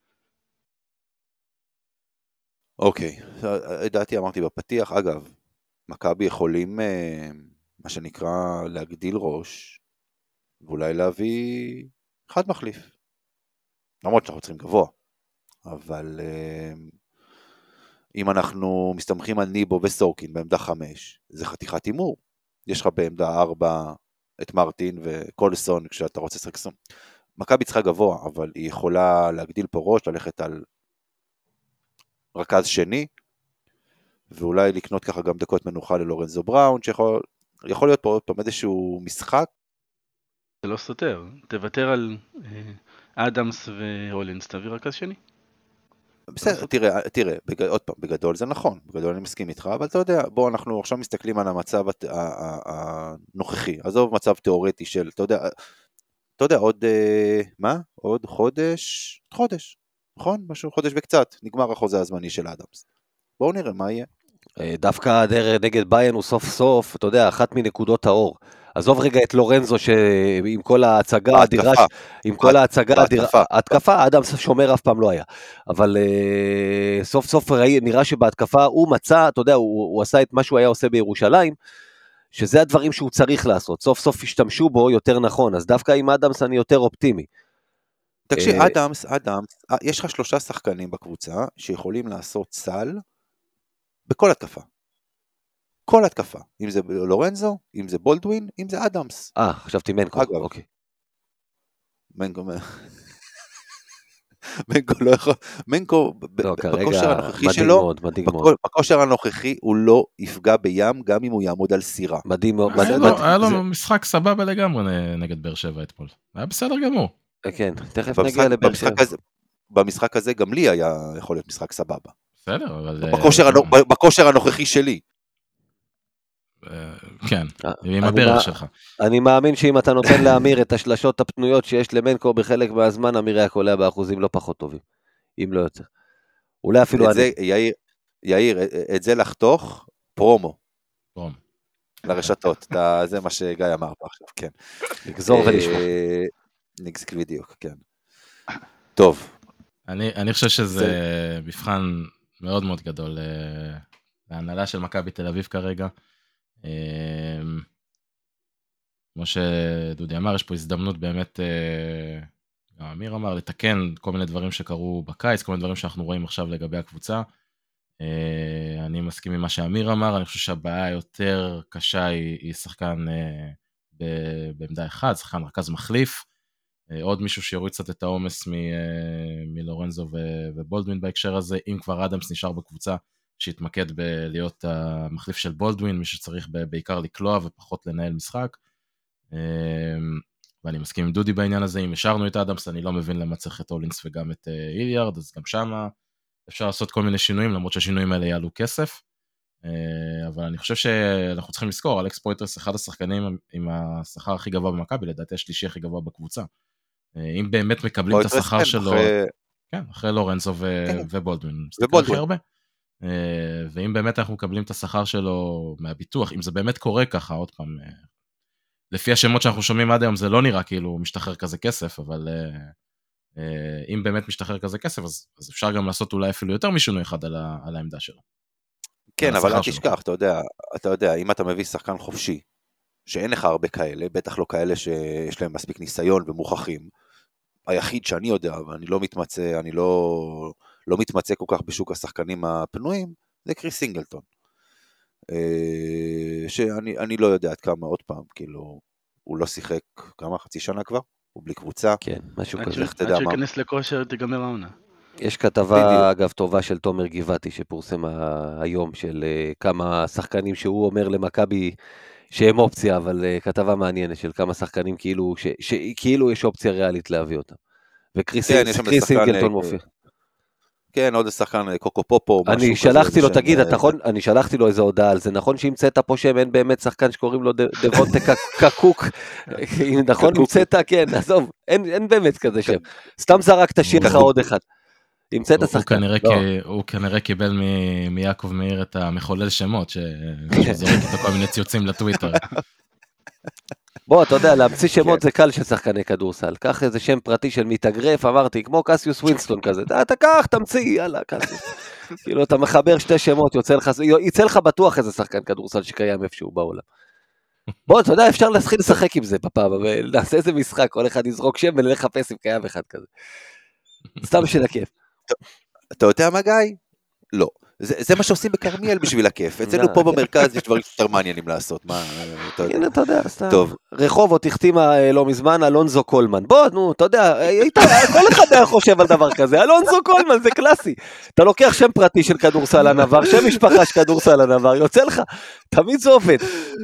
אוקיי, לדעתי אמרתי בפתיח, אגב, מכבי יכולים, מה שנקרא, להגדיל ראש, ואולי להביא אחד מחליף. למרות שאנחנו צריכים גבוה, אבל אם אנחנו מסתמכים על ניבו וסורקין בעמדה 5, זה חתיכת אימור. יש לך בעמדה 4 את מרטין וקולסון כשאתה רוצה לשחק סון. מכבי צריכה גבוה, אבל היא יכולה להגדיל פה ראש, ללכת על רכז שני, ואולי לקנות ככה גם דקות מנוחה ללורנזו בראון, שיכול להיות פה עוד פעם איזשהו משחק. זה לא סותר, תוותר על אדמס והולינס, תביא רכז שני. בסדר, תראה, עוד פעם, בגדול זה נכון, בגדול אני מסכים איתך, אבל אתה יודע, בוא אנחנו עכשיו מסתכלים על המצב הנוכחי, עזוב מצב תיאורטי של, אתה יודע, עוד, מה? עוד חודש, נכון? משהו חודש וקצת, נגמר החוזה הזמני של אדמס. בואו נראה מה יהיה. דווקא נגד ביין הוא סוף סוף, אתה יודע, אחת מנקודות האור. עזוב רגע את לורנזו שעם כל ההצגה, עם כל ההצגה, ההתקפה, אדם שומר אף פעם לא היה. אבל סוף סוף נראה שבהתקפה הוא מצא, אתה יודע, הוא עשה את מה שהוא היה עושה בירושלים, שזה הדברים שהוא צריך לעשות. סוף סוף השתמשו בו יותר נכון, אז דווקא עם אדמס אני יותר אופטימי. תקשיב, אדמס, יש לך 3 שחקנים בקבוצה שיכולים לעשות סל בכל התקפה. כל התקפה. אם זה לורנזו, אם זה בולדווין, אם זה אדמס. חשבתי מנקו, אוקיי. מנקו לא יכול, מנקו בכושר הנוכחי שלו, בכושר הנוכחי הוא לא יפגע בים, גם אם הוא יעמוד על סירה. מדהים מאוד. היה לו משחק סבבה לגמרי נגד באר שבע אתמול. היה בסדר גמור. כן, תכף נגיע לבאר שבע. במשחק הזה גם לי היה יכול להיות משחק סבבה. בסדר, אבל... בכושר הנוכחי שלי. כן, עם הברך שלך. אני מאמין שאם אתה נותן להמיר את השלשות הפנויות שיש למנקו בחלק מהזמן, המיר היה קולע באחוזים לא פחות טובים, אם לא יותר. אולי אפילו... יאיר, את זה לחתוך פרומו. לרשתות, זה מה שגיא אמר פה עכשיו, כן. נגזור ונשמע. נגזק בדיוק, כן. טוב. אני חושב שזה מבחן מאוד מאוד גדול להנהלה של מכבי תל אביב כרגע. כמו שדודי אמר, יש פה הזדמנות באמת, גם אמיר אמר, לתקן כל מיני דברים שקרו בקיץ, כל מיני דברים שאנחנו רואים עכשיו לגבי הקבוצה. אני מסכים עם מה שאמיר אמר, אני חושב שהבעיה היותר קשה היא שחקן בעמדה 1, שחקן רכז מחליף, עוד מישהו שיוריד קצת את העומס מלורנזו ובולדווין בהקשר הזה, אם כבר אדמס נשאר בקבוצה, שהתמקד בלהיות המחליף של בולדווין, מי שצריך בעיקר לקלוע ופחות לנהל משחק, ואני מסכים עם דודי בעניין הזה, אם השארנו את אדמס, אני לא מבין למה צריך את הולינס וגם את איליארד, אז גם שמה אפשר לעשות כל מיני שינויים, למרות שהשינויים האלה יעלו כסף, אבל אני חושב שאנחנו צריכים לזכור, אלכס פויטרס, אחד השחקנים עם השכר הכי גבוה במכבי, לדעתי השלישי הכי גבוה בקבוצה, אם באמת מקבלים את השכר שלו, כן, אחרי לורנזו ובולדווין, הכי הרבה. ואם באמת אנחנו מקבלים את השכר שלו מהביטוח, אם זה באמת קורה ככה, עוד פעם, לפי השמות שאנחנו שומעים עד היום, זה לא נראה כאילו הוא משתחרר כזה כסף, אבל אם באמת משתחרר כזה כסף, אז אפשר גם לעשות אולי אפילו יותר משינוי אחד על העמדה שלו. כן, אבל אל תשכח, אתה יודע, אם אתה מביא שחקן חופשי, שאין לך הרבה כאלה, בטח לא כאלה שיש להם מספיק ניסיון ומוכחים, היחיד שאני יודע, ואני לא מתמצא, אני לא מתמצא כל כך בשוק השחקנים הפנויים, זה קריס סינגלטון. שאני לא יודע עד כמה, עוד פעם, כאילו, הוא לא שיחק כמה, חצי שנה כבר? הוא בלי קבוצה. כן, משהו כזה. עד שיכנס לכושר תיגמר העונה. יש כתבה, אגב, טובה של תומר גיבתי, שפורסם היום, של כמה שחקנים שהוא אומר למכבי שהם אופציה, אבל כתבה מעניינת של כמה שחקנים כאילו יש אופציה ריאלית להביא אותם. וקריס סינגלטון מופיע. כן, עוד שחקן קוקו פופו. אני שלחתי לו, תגיד, אני שלחתי לו איזה הודעה על זה, נכון שהמצאת פה שם, אין באמת שחקן שקוראים לו דבונטה קקוק, נכון המצאת, כן, עזוב, אין באמת כזה שם, סתם זרקת שיר לך עוד אחד, המצאת שחקן. הוא כנראה קיבל מיעקב מאיר את המחולל שמות, שזורק איתו כל מיני ציוצים לטוויטר. בוא, אתה יודע, להמציא שמות זה קל של שחקני כדורסל, קח איזה שם פרטי של מתאגרף, אמרתי, כמו קסיוס ווינסטון כזה, אתה קח, תמציא, יאללה, קסיוס. כאילו, אתה מחבר שתי שמות, יצא לך בטוח איזה שחקן כדורסל שקיים איפשהו בעולם. בוא, אתה יודע, אפשר להתחיל לשחק עם זה בפעם, ונעשה איזה משחק, כל אחד יזרוק שם ונלך לחפש אם קיים אחד כזה. סתם של הכיף. אתה יודע מה, גיא? לא. זה מה שעושים בקרמיאל בשביל הכיף. אצלנו פה במרכז יש דברים יותר מעניינים לעשות. הנה, אתה יודע, סתם. רחובות החתימה לא מזמן, אלונזו קולמן. בוא, נו, אתה יודע, כל אחד היה חושב על דבר כזה. אלונזו קולמן, זה קלאסי. אתה לוקח שם פרטי של כדורסל הנבר, שם משפחה של כדורסל הנבר, יוצא לך. תמיד זה עובד.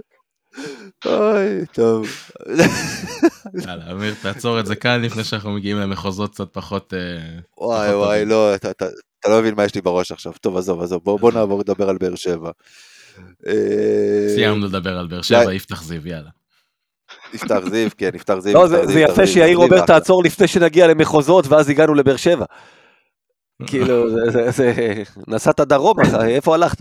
אוי, טוב. יאללה, אמיר, תעצור את זה כאן לפני שאנחנו מגיעים למחוזות קצת פחות... וואי, לא, אתה לא מבין מה יש לי בראש עכשיו. טוב, עזוב, בוא נעבור לדבר על באר שבע. סיימנו לדבר על באר שבע, יפתח זיו, יאללה. יפתח זיו, כן, יפתח זיו. לא, זה יפה שיאיר אומר, תעצור לפני שנגיע למחוזות, ואז הגענו לבאר שבע. כאילו, נסעת דרום, איפה הלכת?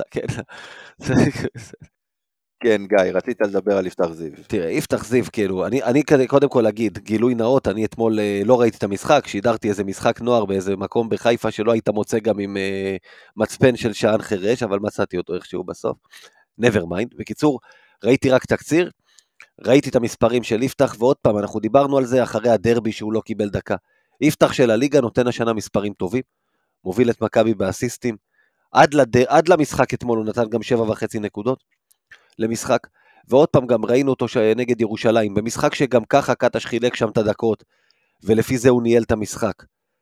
כן, גיא, רצית לדבר על יפתח זיו. תראה, יפתח זיו, כאילו, אני קודם כל אגיד, גילוי נאות, אני אתמול לא ראיתי את המשחק, שידרתי איזה משחק נוער באיזה מקום בחיפה, שלא היית מוצא גם עם מצפן של שען חרש, אבל מצאתי אותו איכשהו בסוף. never mind. בקיצור, ראיתי רק תקציר, ראיתי את המספרים של יפתח, ועוד פעם, אנחנו דיברנו על זה אחרי הדרבי שהוא לא קיבל דקה. יפתח של הליגה נותן השנה מספרים טובים, מוביל את מכבי באסיסטים, עד למשחק אתמול הוא נתן גם 7.5 נקודות למשחק, ועוד פעם גם ראינו אותו נגד ירושלים, במשחק שגם ככה קטש חילק שם את הדקות, ולפי זה הוא ניהל את המשחק.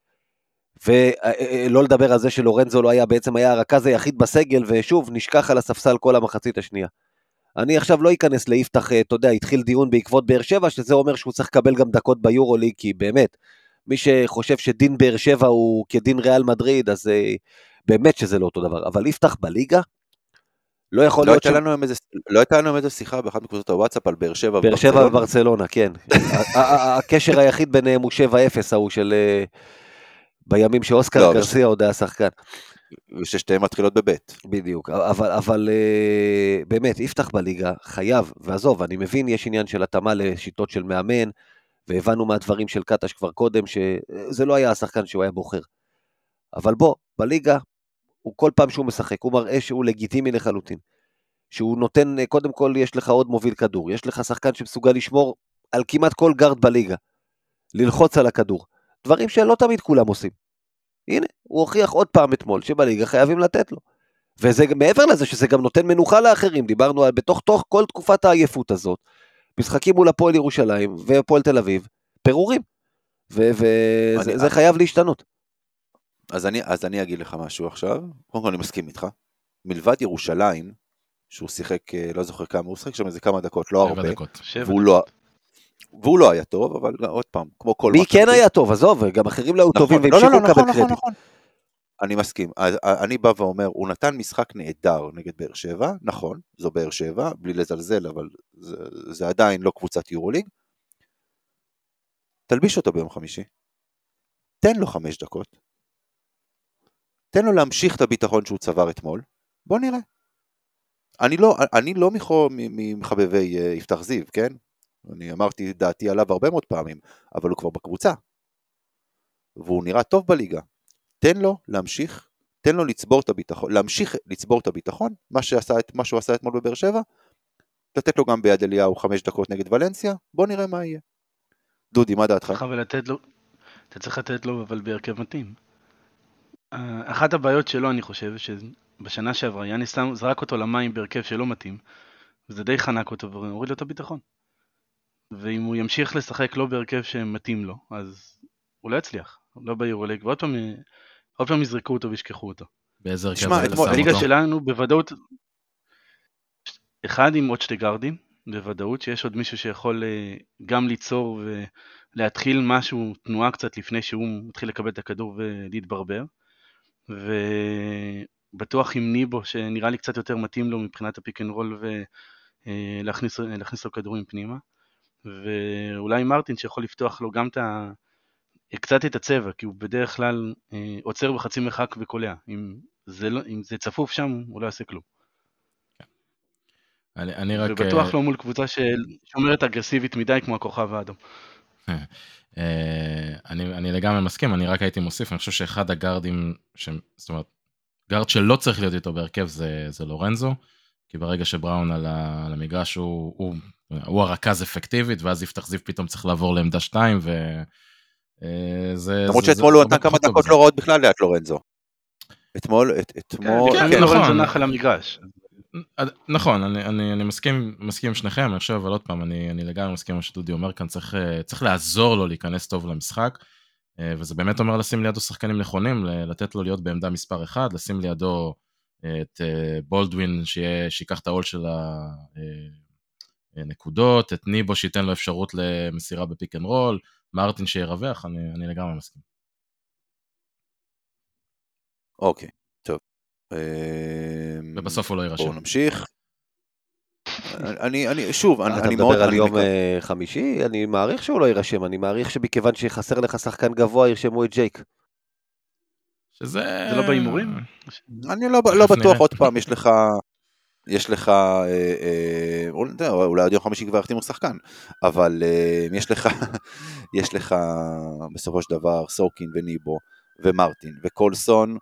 ולא לדבר על זה שלורנזו לא היה, בעצם היה הרכז היחיד בסגל, ושוב נשכח על הספסל כל המחצית השנייה. אני עכשיו לא אכנס ליפתח, אתה יודע, התחיל דיון בעקבות באר שבע, שזה אומר שהוא צריך לקבל גם דקות ביורוליג, כי באמת, מי שחושב שדין באר שבע הוא כדין ריאל מדריד, אז באמת שזה לא אותו דבר, אבל יפתח בליגה, לא יכול להיות לא הייתה לנו איזה שיחה באחת מקבוצות הוואטסאפ על באר שבע באר שבע וברצלונה, כן. הקשר היחיד ביניהם הוא 7-0, ההוא של בימים שאוסקר גרסיה עוד היה שחקן. וששתיהם מתחילות בבית. בדיוק, אבל באמת, יפתח בליגה חייב, ועזוב, אני מבין, יש עניין של התאמה לשיטות של מאמן, והבנו מהדברים של קטש כבר קודם, שזה לא היה השחקן שהוא היה בוחר. אבל בוא, בליגה, הוא כל פעם שהוא משחק, הוא מראה שהוא לגיטימי לחלוטין. שהוא נותן, קודם כל יש לך עוד מוביל כדור, יש לך שחקן שמסוגל לשמור על כמעט כל גארד בליגה, ללחוץ על הכדור. דברים שלא תמיד כולם עושים. הנה, הוא הוכיח עוד פעם אתמול, שבליגה חייבים לתת לו. וזה מעבר לזה שזה גם נותן מנוחה לאחרים, דיברנו על בתוך כל תקופת העייפות הזאת, משחקים מול הפועל ירושלים והפועל תל אביב, פירורים. וזה חייב להשתנות. אז אני אגיד לך משהו עכשיו, קודם כל אני מסכים איתך, מלבד ירושלים, שהוא שיחק, לא זוכר כמה, הוא שיחק שם איזה כמה דקות, לא הרבה, והוא לא היה טוב, אבל עוד פעם, כמו כל... מי כן היה טוב, עזוב, גם אחרים לא היו טובים, והמשיכו לקבל קרדיט. אני מסכים, אני בא ואומר, הוא נתן משחק נהדר נגד באר שבע, נכון, זו באר שבע, בלי לזלזל, אבל זה עדיין לא קבוצת יורוליג, תלביש אותו ביום חמישי, תן לו 5 דקות, תן לו להמשיך את הביטחון שהוא צבר אתמול, בוא נראה. אני לא מחבבי יפתח זיו, כן? אני אמרתי דעתי עליו הרבה מאוד פעמים, אבל הוא כבר בקבוצה. והוא נראה טוב בליגה. תן לו להמשיך, תן לו לצבור את הביטחון, להמשיך לצבור את הביטחון, מה שהוא עשה אתמול בבאר שבע, לתת לו גם ביד אליהו 5 דקות נגד ולנסיה, בוא נראה מה יהיה. דודי, מה דעתך? אתה צריך לתת לו, אבל בהרכב מתאים. אחת הבעיות שלו, אני חושב, שבשנה שעברה, יאניס זרק אותו למים בהרכב שלא מתאים, וזה די חנק אותו והוריד לו את הביטחון. ואם הוא ימשיך לשחק לא בהרכב שמתאים לו, אז הוא לא יצליח, לא ביורוליג, ועוד פעם יזרקו אותו וישכחו אותו. באיזה הרכב? הליגה שלנו בוודאות, אחד עם עוד 2 גארדים, בוודאות שיש עוד מישהו שיכול גם ליצור ולהתחיל משהו, תנועה קצת לפני שהוא מתחיל לקבל את הכדור ולהתברבר, ובטוח עם ניבו שנראה לי קצת יותר מתאים לו מבחינת הפיק אנד רול ולהכניס לו כדורים פנימה, ואולי מרטין שיכול לפתוח לו גם קצת את הצבע, כי הוא בדרך כלל עוצר בחצי מרחק וקולע, אם זה צפוף שם הוא לא יעשה כלום. אני רק... ובטוח לא מול קבוצה שאומרת אגרסיבית מדי כמו הכוכב האדום. אני לגמרי מסכים, אני רק הייתי מוסיף, אני חושב שאחד הגארדים, זאת אומרת, גארד שלא צריך להיות איתו בהרכב זה לורנזו, כי ברגע שבראון על המגרש הוא הרכז אפקטיבית, ואז יפתח זיו פתאום צריך לעבור לעמדה 2, למרות שאתמול הוא נתן כמה דקות לא רעות בכלל ליד לורנזו. אתמול... לורנזו נח על המגרש. נכון, אני מסכים עם שניכם, אני חושב, אבל עוד פעם, אני לגמרי מסכים עם שדודי אומר כאן, צריך לעזור לו להיכנס טוב למשחק, וזה באמת אומר לשים לידו שחקנים נכונים, לתת לו להיות בעמדה מספר 1, לשים לידו את בולדווין שיקח את העול של הנקודות, את ניבו שייתן לו אפשרות למסירה בפיק אנד רול, מרטין שירווח, אני לגמרי מסכים. אוקיי, טוב. ובסוף הוא לא יירשם. בואו נמשיך. שוב, אתה מדבר על יום חמישי, אני מעריך שהוא לא יירשם, אני מעריך שבכיוון שחסר לך שחקן גבוה, ירשמו את ג'ייק. זה לא בהימורים? אני לא בטוח, עוד פעם, יש לך, אולי עד יום חמישי כבר יחתימו שחקן, אבל יש לך בסופו של דבר סורקין וניבו ומרטין וקולסון,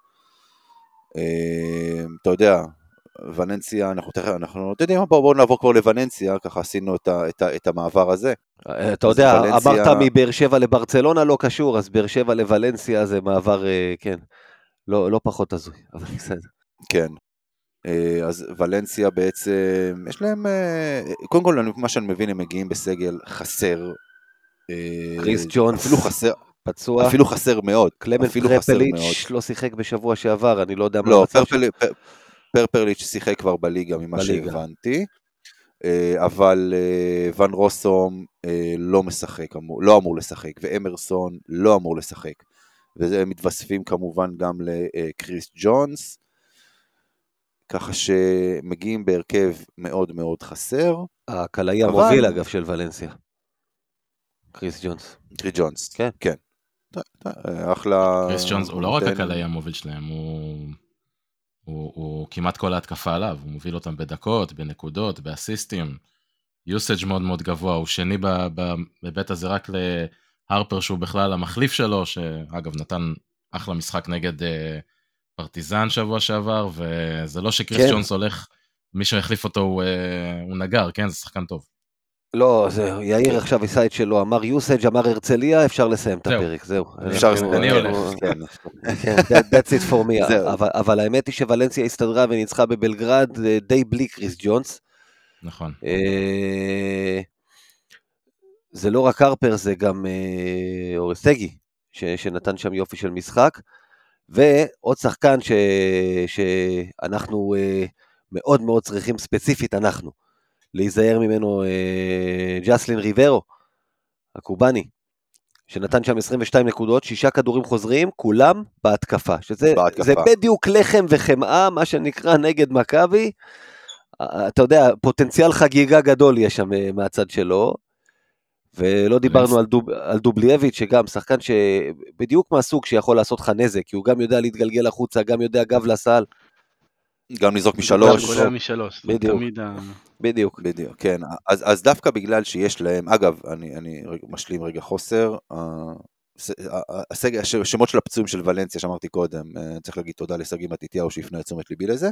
אתה יודע, וננסיה, אנחנו יודעים, בואו נעבור כבר לווננסיה, ככה עשינו את המעבר הזה. אתה יודע, אמרת מבאר שבע לברצלונה לא קשור, אז באר שבע לוולנסיה זה מעבר, כן, לא פחות הזוי, אבל בסדר. כן, אז ולנסיה בעצם, יש להם, קודם כל, מה שאני מבין, הם מגיעים בסגל חסר. קריס ג'ונס. אפילו חסר. פצוע. אפילו חסר מאוד. קלמנט פרפליץ' לא שיחק בשבוע שעבר, אני לא יודע מה. לא, פרפליץ' שיחק כבר בליגה ממה שהבנתי, אבל ון רוסום לא משחק, לא אמור לשחק, ואמרסון לא אמור לשחק, והם מתווספים כמובן גם לקריס ג'ונס, ככה שמגיעים בהרכב מאוד מאוד חסר. הקלעי המוביל אגב של ולנסיה. קריס ג'ונס. קריס ג'ונס, כן. כן. אחלה. קריס ג'ונס הוא לא רק הקלעי המוביל שלהם, הוא כמעט כל ההתקפה עליו, הוא מוביל אותם בדקות, בנקודות, באסיסטים, יוסאג' מאוד מאוד גבוה, הוא שני בבית הזה רק להרפר שהוא בכלל המחליף שלו, שאגב נתן אחלה משחק נגד פרטיזן שבוע שעבר, וזה לא שקריס ג'ונס הולך, מי שהחליף אותו הוא נגר, כן? זה שחקן טוב. לא, יאיר עכשיו עשה את שלו, אמר יוסאג', אמר הרצליה, אפשר לסיים את הפרק, זהו. אפשר לסיים, אני הולך. That's it for me, אבל האמת היא שוולנסיה הסתדרה וניצחה בבלגרד די בלי קריס ג'ונס. נכון. זה לא רק הרפר, זה גם אורסטגי, שנתן שם יופי של משחק, ועוד שחקן שאנחנו מאוד מאוד צריכים ספציפית, אנחנו. להיזהר ממנו ג'סלין ריברו, הקובני, שנתן שם 22 נקודות, 6 כדורים חוזרים, כולם בהתקפה, שזה בדיוק לחם וחמאה, מה שנקרא נגד מכבי, אתה יודע, פוטנציאל חגיגה גדול יש שם מהצד שלו, ולא דיברנו על דובליאביץ' שגם שחקן שבדיוק מהסוג שיכול לעשות לך נזק, כי הוא גם יודע להתגלגל החוצה, גם יודע גב לסל. גם לזרוק משלוש. גם קולע משלוש. בדיוק. כן. אז דווקא בגלל שיש להם, אגב, אני משלים רגע חוסר, השמות של הפצועים של ולנסיה שאמרתי קודם, צריך להגיד תודה לסרגי מתתיהו שהפנה את תשומת ליבי לזה,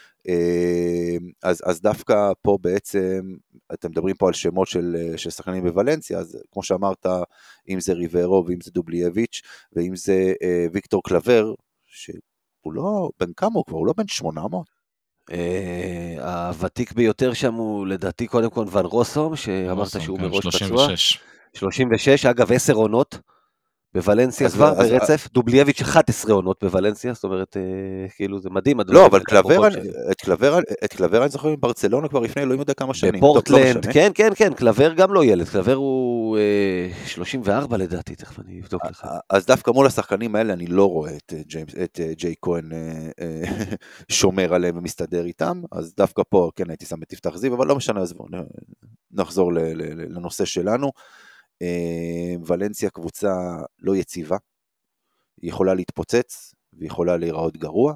אז דווקא פה בעצם, אתם מדברים פה על שמות של שחקנים בוולנסיה, אז כמו שאמרת, אם זה ריברו ואם זה דובליאביץ' ואם זה ויקטור קלבר, שהוא לא, בן כמה הוא כבר, הוא לא בן 800. הוותיק ביותר שם הוא לדעתי קודם כל ון רוסום, שאמרת שהוא מראש פצוע. 36, אגב 10 עונות. בוולנסיה כבר ברצף, דובליאביץ' 11 עונות בוולנסיה, זאת אומרת, כאילו זה מדהים. לא, אבל את קלבר אני זוכר עם ברצלונה כבר לפני, לא יודע כמה שנים. בפורטלנד, כן, קלבר גם לא ילד, קלבר הוא 34 לדעתי, תכף אני אבדוק לך. אז דווקא מול השחקנים האלה אני לא רואה את ג'יי כהן שומר עליהם ומסתדר איתם, אז דווקא פה כן הייתי שם את תפתח זיו, אבל לא משנה, אז בואו נחזור לנושא שלנו. ולנסיה קבוצה לא יציבה, היא יכולה להתפוצץ, והיא יכולה להיראות גרוע,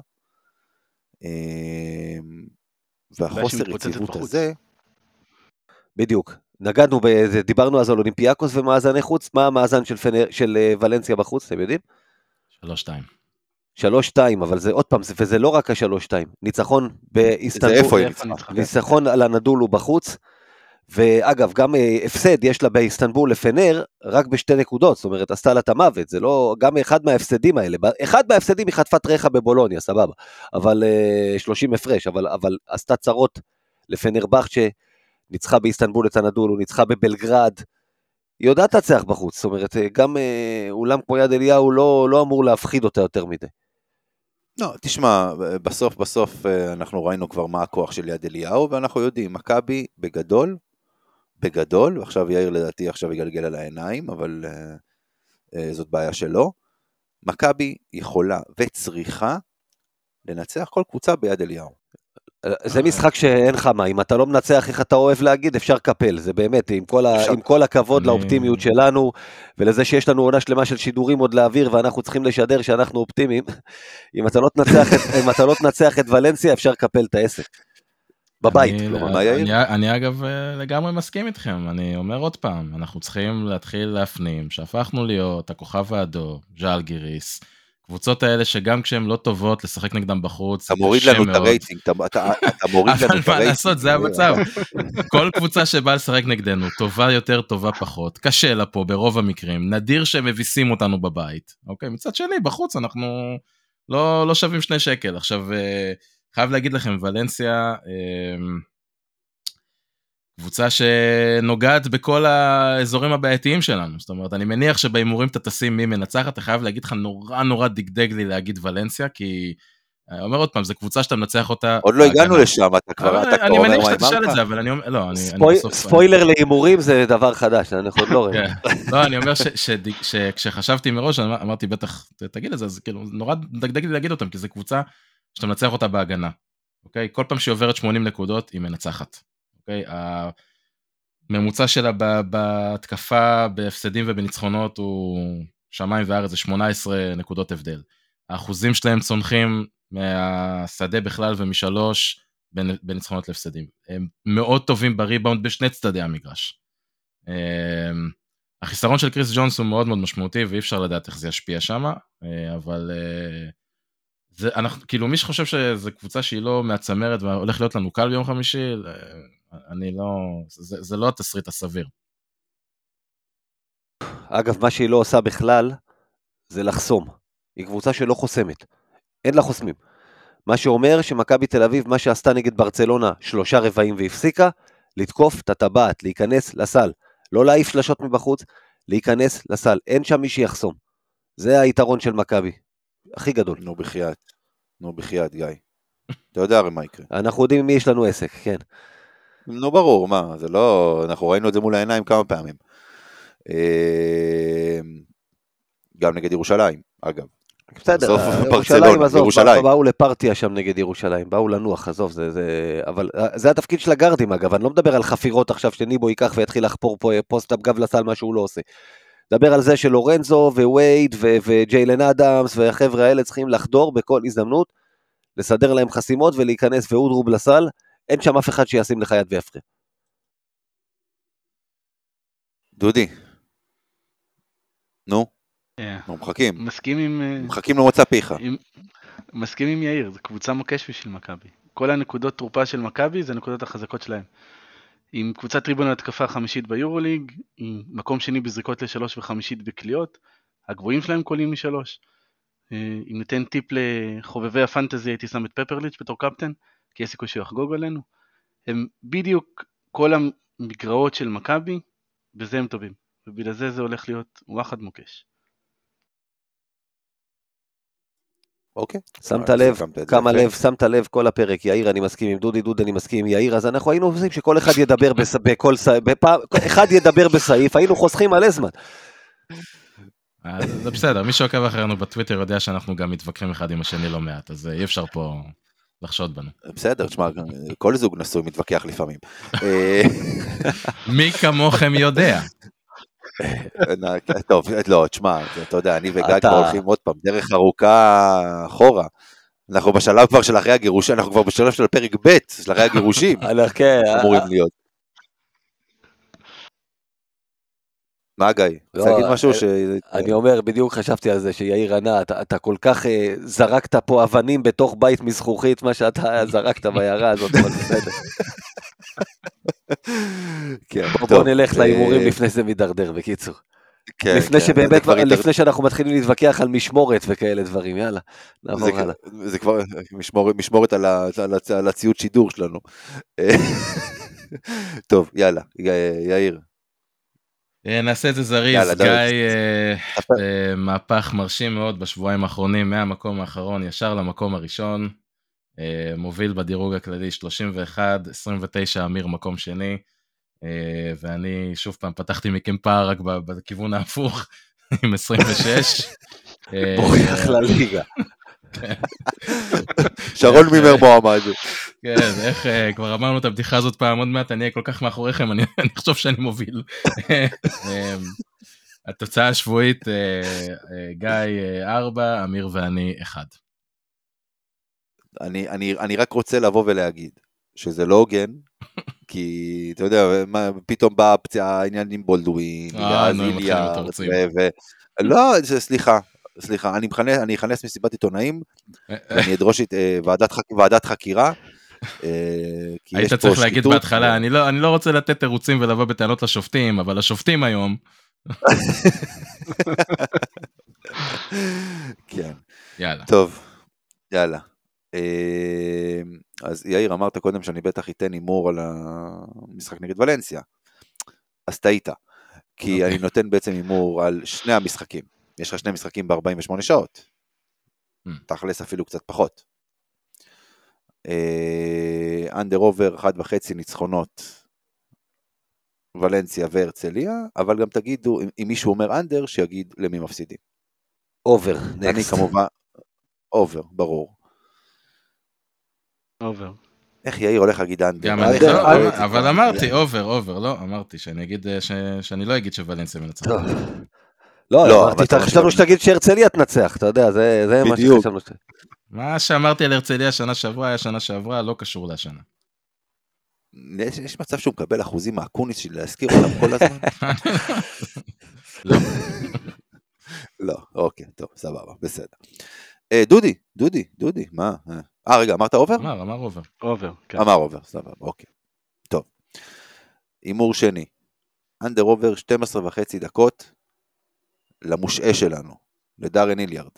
והחוסר יציבות הזה, בדיוק, נגענו, דיברנו אז על אולימפיאקוס ומאזני חוץ, מה המאזן של ולנסיה בחוץ, אתם יודעים? 3-2, אבל זה עוד פעם, וזה לא רק ה-3-2, ניצחון באיסטנבול, ניצחון על הנדולו בחוץ, ואגב, גם הפסד יש לה באיסטנבול לפנר, רק בשתי נקודות, זאת אומרת, עשתה לה את המוות, זה לא, גם אחד מההפסדים האלה, אחד מההפסדים היא חטפת רחה בבולוניה, סבבה, אבל 30 הפרש, אבל עשתה צרות לפנרבך, שניצחה באיסטנבול את הנדולו, ניצחה בבלגרד, היא יודעת להצליח בחוץ, זאת אומרת, גם אולם כמו יד אליהו לא אמור להפחיד אותה יותר מדי. לא, תשמע, בסוף אנחנו ראינו כבר מה הכוח של יד אליהו, ואנחנו יודעים, מכבי בגדול, ועכשיו יאיר לדעתי עכשיו יגלגל על העיניים, אבל זאת בעיה שלו, מכבי יכולה וצריכה לנצח כל קבוצה ביד אליהו. זה משחק שאין לך מה, אם אתה לא מנצח איך אתה אוהב להגיד, אפשר קפל, זה באמת, עם כל הכבוד לאופטימיות שלנו, ולזה שיש לנו עונה שלמה של שידורים עוד להעביר, ואנחנו צריכים לשדר שאנחנו אופטימיים, אם אתה לא תנצח את ולנסיה, אפשר קפל את העסק. בבית. אני אגב לגמרי מסכים איתכם, אני אומר עוד פעם, אנחנו צריכים להתחיל להפנים, שהפכנו להיות הכוכב האדום, ז'אלגיריס, קבוצות האלה שגם כשהן לא טובות לשחק נגדם בחוץ, אתה מוריד לנו את הרייטינג, אתה מוריד לנו את הרייטינג. אבל מה לעשות, זה המצב. כל קבוצה שבאה לשחק נגדנו, טובה יותר, טובה פחות, קשה לה פה ברוב המקרים, נדיר שהם מביסים אותנו בבית. אוקיי, מצד שני, בחוץ אנחנו לא שווים 2 שקל. עכשיו, חייב להגיד לכם, ולנסיה, קבוצה שנוגעת בכל האזורים הבעייתיים שלנו, זאת אומרת, אני מניח שבאימורים אתה תשים מי מנצחת, אתה חייב להגיד לך נורא דגדג לי להגיד ולנסיה, כי, אומר עוד פעם, זו קבוצה שאתה מנצח אותה. עוד לא הגענו לשם, אתה כבר אני מניח שאתה תשאל את זה, אבל אני אומר, לא, ספוילר לאימורים זה דבר חדש, אנחנו עוד לא רואים. לא, אני אומר שכשחשבתי מראש, אמרתי בטח, תגיד את זה, אז כאילו, נורא דגדג לי להגיד אותם, כי זו קבוצה שאתה מנצח אותה בהגנה, אוקיי? כל פעם שהיא עוברת 80 נקודות, היא מנצחת. אוקיי, הממוצע שלה בהתקפה, בהפסדים ובניצחונות הוא שמיים וארץ, זה 18 נקודות הבדל. האחוזים שלהם צונחים מהשדה בכלל ומשלוש בניצחונות להפסדים. הם מאוד טובים בריבאונד בשני צדדי המגרש. החיסרון של קריס ג'ונס הוא מאוד מאוד משמעותי, ואי אפשר לדעת איך זה ישפיע שם, אבל כאילו מי שחושב שזו קבוצה שהיא לא מהצמרת והולך להיות לנו קל ביום חמישי, אני לא, זה לא התסריט הסביר. אגב, מה שהיא לא עושה בכלל, זה לחסום. היא קבוצה שלא חוסמת. אין לה חוסמים. מה שאומר שמכבי תל אביב, מה שעשתה נגד ברצלונה 3 רבעים והפסיקה, לתקוף את הטבעת, להיכנס לסל. לא להעיף שלשות מבחוץ, להיכנס לסל. אין שם מי שיחסום. זה היתרון של מכבי. הכי גדול. נו בחייאת, גיא. אתה יודע הרי מה יקרה. אנחנו יודעים מי יש לנו עסק, כן. נו ברור, מה, זה לא, אנחנו ראינו את זה מול העיניים כמה פעמים. גם נגד ירושלים, אגב. בסדר, ירושלים, עזוב, באו לפרטיה שם נגד ירושלים, באו לנוח, עזוב, אבל זה התפקיד של הגארדים, אגב, אני לא מדבר על חפירות עכשיו שניבו ייקח ויתחיל לחפור פה פוסט-אפ גב לסל, מה שהוא לא עושה. מדבר על זה שלורנזו ווייד וג'יילן אדמס והחבר'ה האלה צריכים לחדור בכל הזדמנות, לסדר להם חסימות ולהיכנס ואודרוב לסל, אין שם אף אחד שישים לך יד ויפריע. דודי. נו. אנחנו מחכים. מחכים למוצא פיך. מסכים עם יאיר, זו קבוצה מוקש בשביל מכבי. כל הנקודות תרופה של מכבי זה הנקודות החזקות שלהם. עם קבוצת ריבון התקפה חמישית ביורוליג, עם מקום שני בזריקות לשלוש וחמישית בקליעות, הגבוהים שלהם קולים משלוש. אם ניתן טיפ לחובבי הפנטזי, הייתי שם את פפרליץ' בתור קפטן, כי יש סיכוי שהוא יחגוג עלינו. הם בדיוק כל המגרעות של מכבי, בזה הם טובים. ובגלל זה הולך להיות וואחד מוקש. אוקיי. שמת לב, כמה לב, שמת לב כל הפרק, יאיר אני מסכים עם דודי, דודי אני מסכים עם יאיר, אז אנחנו היינו עושים שכל אחד ידבר אחד ידבר בסעיף, היינו חוסכים מלא זמן. זה בסדר, מי שעוקב אחרינו בטוויטר יודע שאנחנו גם מתווכחים אחד עם השני לא מעט, אז אי אפשר פה לחשוד בנו. בסדר, תשמע, כל זוג נשוי מתווכח לפעמים. מי כמוכם יודע? טוב, לא, תשמע, אתה יודע, אני וגיא כבר הולכים עוד פעם, דרך ארוכה אחורה. אנחנו בשלב כבר של אחרי הגירושים, אנחנו כבר בשלב של פרק ב' של אחרי הגירושים. אמורים להיות. מה גיא? רוצה להגיד משהו ש... אני אומר, בדיוק חשבתי על זה, שיאיר ענה, אתה כל כך זרקת פה אבנים בתוך בית מזכוכית, מה שאתה זרקת בעיירה הזאת, אבל בסדר. בוא נלך לאימורים לפני זה מדרדר, בקיצור. לפני שבאמת, לפני שאנחנו מתחילים להתווכח על משמורת וכאלה דברים, יאללה, נעבור הלאה. זה כבר משמורת על הציוד שידור שלנו. טוב, יאללה, יאיר. נעשה את זה זריז, גיא מהפך מרשים מאוד בשבועיים האחרונים, מהמקום האחרון ישר למקום הראשון, מוביל בדירוג הכללי 31, 29 אמיר מקום שני, ואני שוב פעם פתחתי מכם פער רק בכיוון ההפוך, עם 26. בורח לליגה. שרון מימר מועמד. כן, איך כבר אמרנו את הבדיחה הזאת פעם, עוד מעט אני אהיה כל כך מאחוריכם, אני חושב שאני מוביל. התוצאה השבועית, גיא 4, אמיר ואני 1. אני רק רוצה לבוא ולהגיד שזה לא הוגן, כי אתה יודע, פתאום בא העניין עם בולדווין, לא, סליחה, אני אכנס מסיבת עיתונאים, ואני אדרוש את ועדת חקירה. היית צריך להגיד בהתחלה, אני לא רוצה לתת תירוצים ולבוא בטענות לשופטים, אבל השופטים היום. כן. יאללה. טוב, יאללה. אז יאיר, אמרת קודם שאני בטח ייתן אימור על המשחק נגד ולנסיה. אז טעית, כי אני נותן בעצם אימור על שני המשחקים. יש לך שני משחקים ב-48 שעות. תכלס אפילו קצת פחות. אנדר אובר 1.5 ניצחונות ולנסיה והרצליה, אבל גם תגידו, אם מישהו אומר אנדר, שיגיד למי מפסידים. אובר, אני כמובן, אובר, ברור. אובר. איך יאיר הולך להגיד אנדר? אבל אמרתי אובר, לא, אמרתי שאני אגיד, שאני לא אגיד שוולנסיה מנצח. לא, חשבנו שתגיד שהרצליה תנצח, אתה יודע, זה מה שחשבנו. מה שאמרתי על הרצליה שנה שעברה, היה שנה שעברה, לא קשור לשנה. יש מצב שהוא מקבל אחוזים מהקוניס של להזכיר אותם כל הזמן? לא. לא, אוקיי, טוב, סבבה, בסדר. דודי, מה? רגע, אמרת אובר? אמר אובר. אובר, כן. אמר אובר, סבבה, אוקיי. טוב. אימור שני. אנדר אובר 12.5 דקות למושעה שלנו, לדארן איליארד.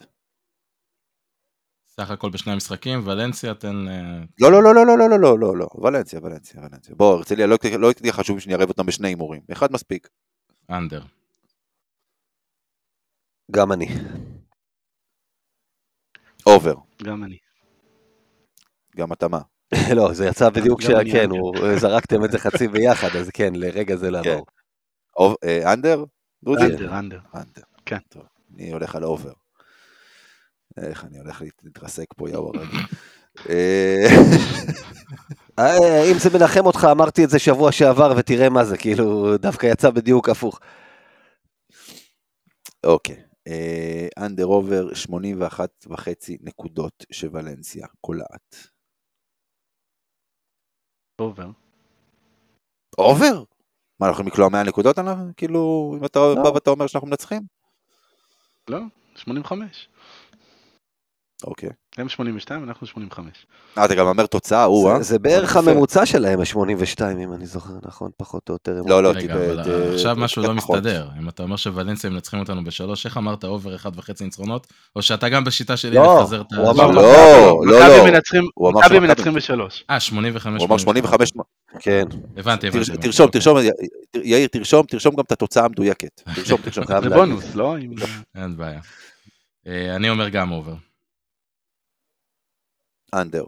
סך הכל בשני המשחקים, ולנסיה תן... לא, ולנסיה. בוא, הרצליה, לא תהיה חשוב שאני אערב אותם בשני אימורים. אחד מספיק. אנדר. גם אני. אובר. גם אני. גם אתה מה? לא, זה יצא בדיוק שכן, זרקתם את זה חצי ביחד, אז כן, לרגע זה לעבור. אנדר? אנדר. כן. טוב, אני הולך על אובר. איך אני הולך להתרסק פה, יאו הרגע. אם זה מנחם אותך, אמרתי את זה שבוע שעבר, ותראה מה זה, כאילו, דווקא יצא בדיוק הפוך. אוקיי. אנדר עובר 81.5 נקודות שוולנסיה קולעת. אובר. עובר? מה, אנחנו יכולים לקלוע 100 נקודות? כאילו, אם אתה בא ואתה אומר שאנחנו מנצחים? לא, 85. אוקיי. הם 82, אנחנו 85. אתה גם אומר תוצאה, זה בערך הממוצע שלהם, ה-82, אם אני זוכר, נכון? פחות או יותר. לא, רגע, אבל עכשיו משהו לא מסתדר. אם אתה אומר שוולנסיה הם מנצחים אותנו ב3, איך אמרת אובר 1.5 ניצחונות? או שאתה גם בשיטה שלי לפזר את הוא אמר מכבי מנצחים ב3. 85. הוא אמר 85. כן. הבנתי. תרשום, יאיר, תרשום גם את התוצאה המדויקת. תרשום. זה בונוס, לא? אין בעיה. אני אומר גם אובר. אנדר.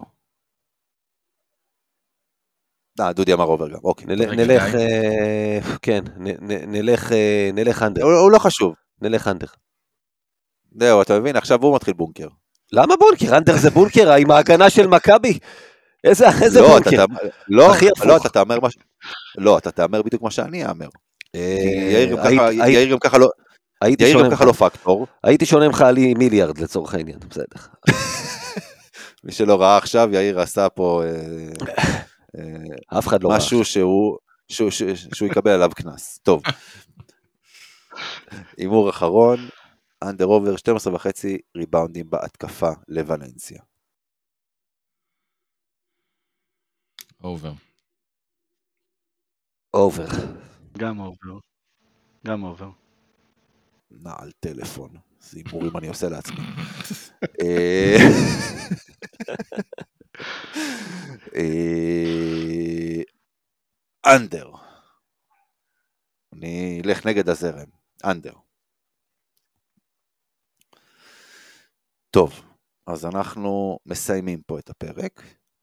דודי אמר אובר גם, אוקיי. נלך, כן, נלך אנדר. הוא לא חשוב. נלך אנדר. זהו, אתה מבין, עכשיו הוא מתחיל בונקר. למה בונקר? אנדר זה בונקר, עם ההגנה של מכבי. איזה בונקר? אתה תאמר משהו. לא, אתה תאמר בדיוק מה שאני אאמר. יאיר גם ככה לא... יאיר גם ככה לא פקטור. הייתי שונה ממך על מיליארד לצורך העניין, בסדר. מי שלא ראה עכשיו, יאיר עשה פה אף אחד לא ראה. משהו שהוא יקבל עליו כנס. טוב. אימור אחרון, אנדר עובר 12.5 ריבאונדים בהתקפה לוולנסיה. אובר. אובר. גם אובר. נעל טלפון. זה אימורים אני עושה לעצמי. אנדר. אני אלך נגד הזרם. אנדר. טוב, אז אנחנו מסיימים פה את הפרק.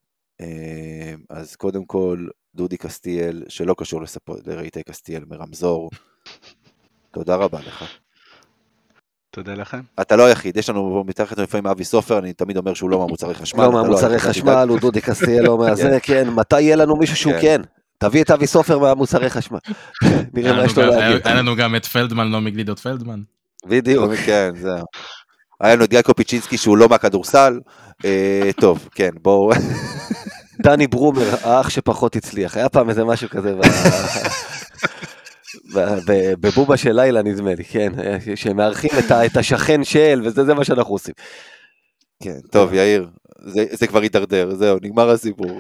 אז קודם כל, דודי קסטיאל, שלא קשור לרהיטי קסטיאל מרמזור. תודה רבה לך. תודה לכם. אתה לא היחיד, יש לנו מתחת לפעמים אבי סופר, אני תמיד אומר שהוא לא מהמוצרי חשמל. לא מהמוצרי חשמל, הוא דודי קסטיאל, לא מהזה, כן, מתי יהיה לנו מישהו שהוא כן? תביא את אבי סופר מהמוצרי חשמל. נראה מה יש לו להגיד. היה לנו גם את פלדמן, לא מגלידות פלדמן. בדיוק. כן, זהו. היה לנו את גייקו פיצ'ינסקי שהוא לא מהכדורסל. טוב, כן, בואו. דני ברומר, האח שפחות הצליח, היה פעם איזה משהו כזה בבובה של לילה נדמה לי, כן, שמארחים את השכן של, וזה מה שאנחנו עושים. כן, טוב, יאיר, זה כבר יידרדר, זהו, נגמר הסיפור.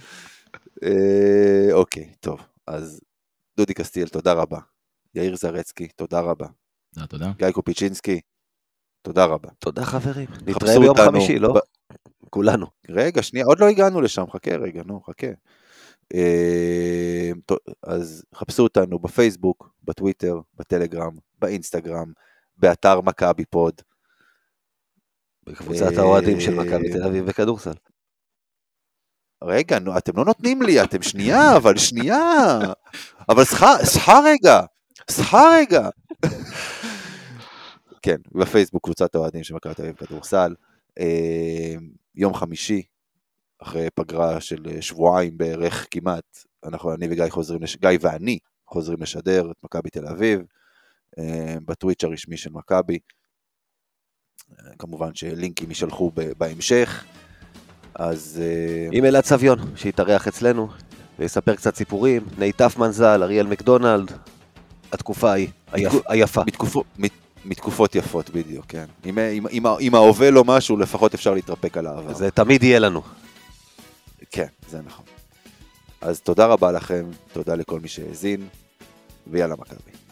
אוקיי, טוב, אז דודי קסטיאל, תודה רבה. יאיר זרצקי, תודה רבה. תודה. גייקו פיצ'ינסקי, תודה רבה. תודה חברים. נתראה ביום חמישי, לא? כולנו. רגע, שנייה, עוד לא הגענו לשם, חכה רגע, נו, חכה. אז חפשו אותנו בפייסבוק, בטוויטר, בטלגרם, באינסטגרם, באתר מכבי פוד. בקבוצת האוהדים של מכבי תל אביב בכדורסל. רגע, נו, אתם לא נותנים לי, אתם שנייה, אבל שנייה. אבל סחה רגע. כן, בפייסבוק קבוצת האוהדים של מכבי תל אביב בכדורסל. יום חמישי, אחרי פגרה של שבועיים בערך כמעט, אני ואני חוזרים לשדר את מכבי תל אביב, בטוויץ' הרשמי של מכבי, כמובן שלינקים יישלחו בהמשך, אז... עם אלעד סביון, שיתארח אצלנו, ויספר קצת סיפורים, נייטף מנזל, אריאל מקדונלד, התקופה היא היפה. מתקופות יפות בדיוק, כן. אם ההווה לא משהו, לפחות אפשר להתרפק על העבר. זה תמיד יהיה לנו. כן, זה נכון. אז תודה רבה לכם, תודה לכל מי שהאזין, ויאללה מכבי.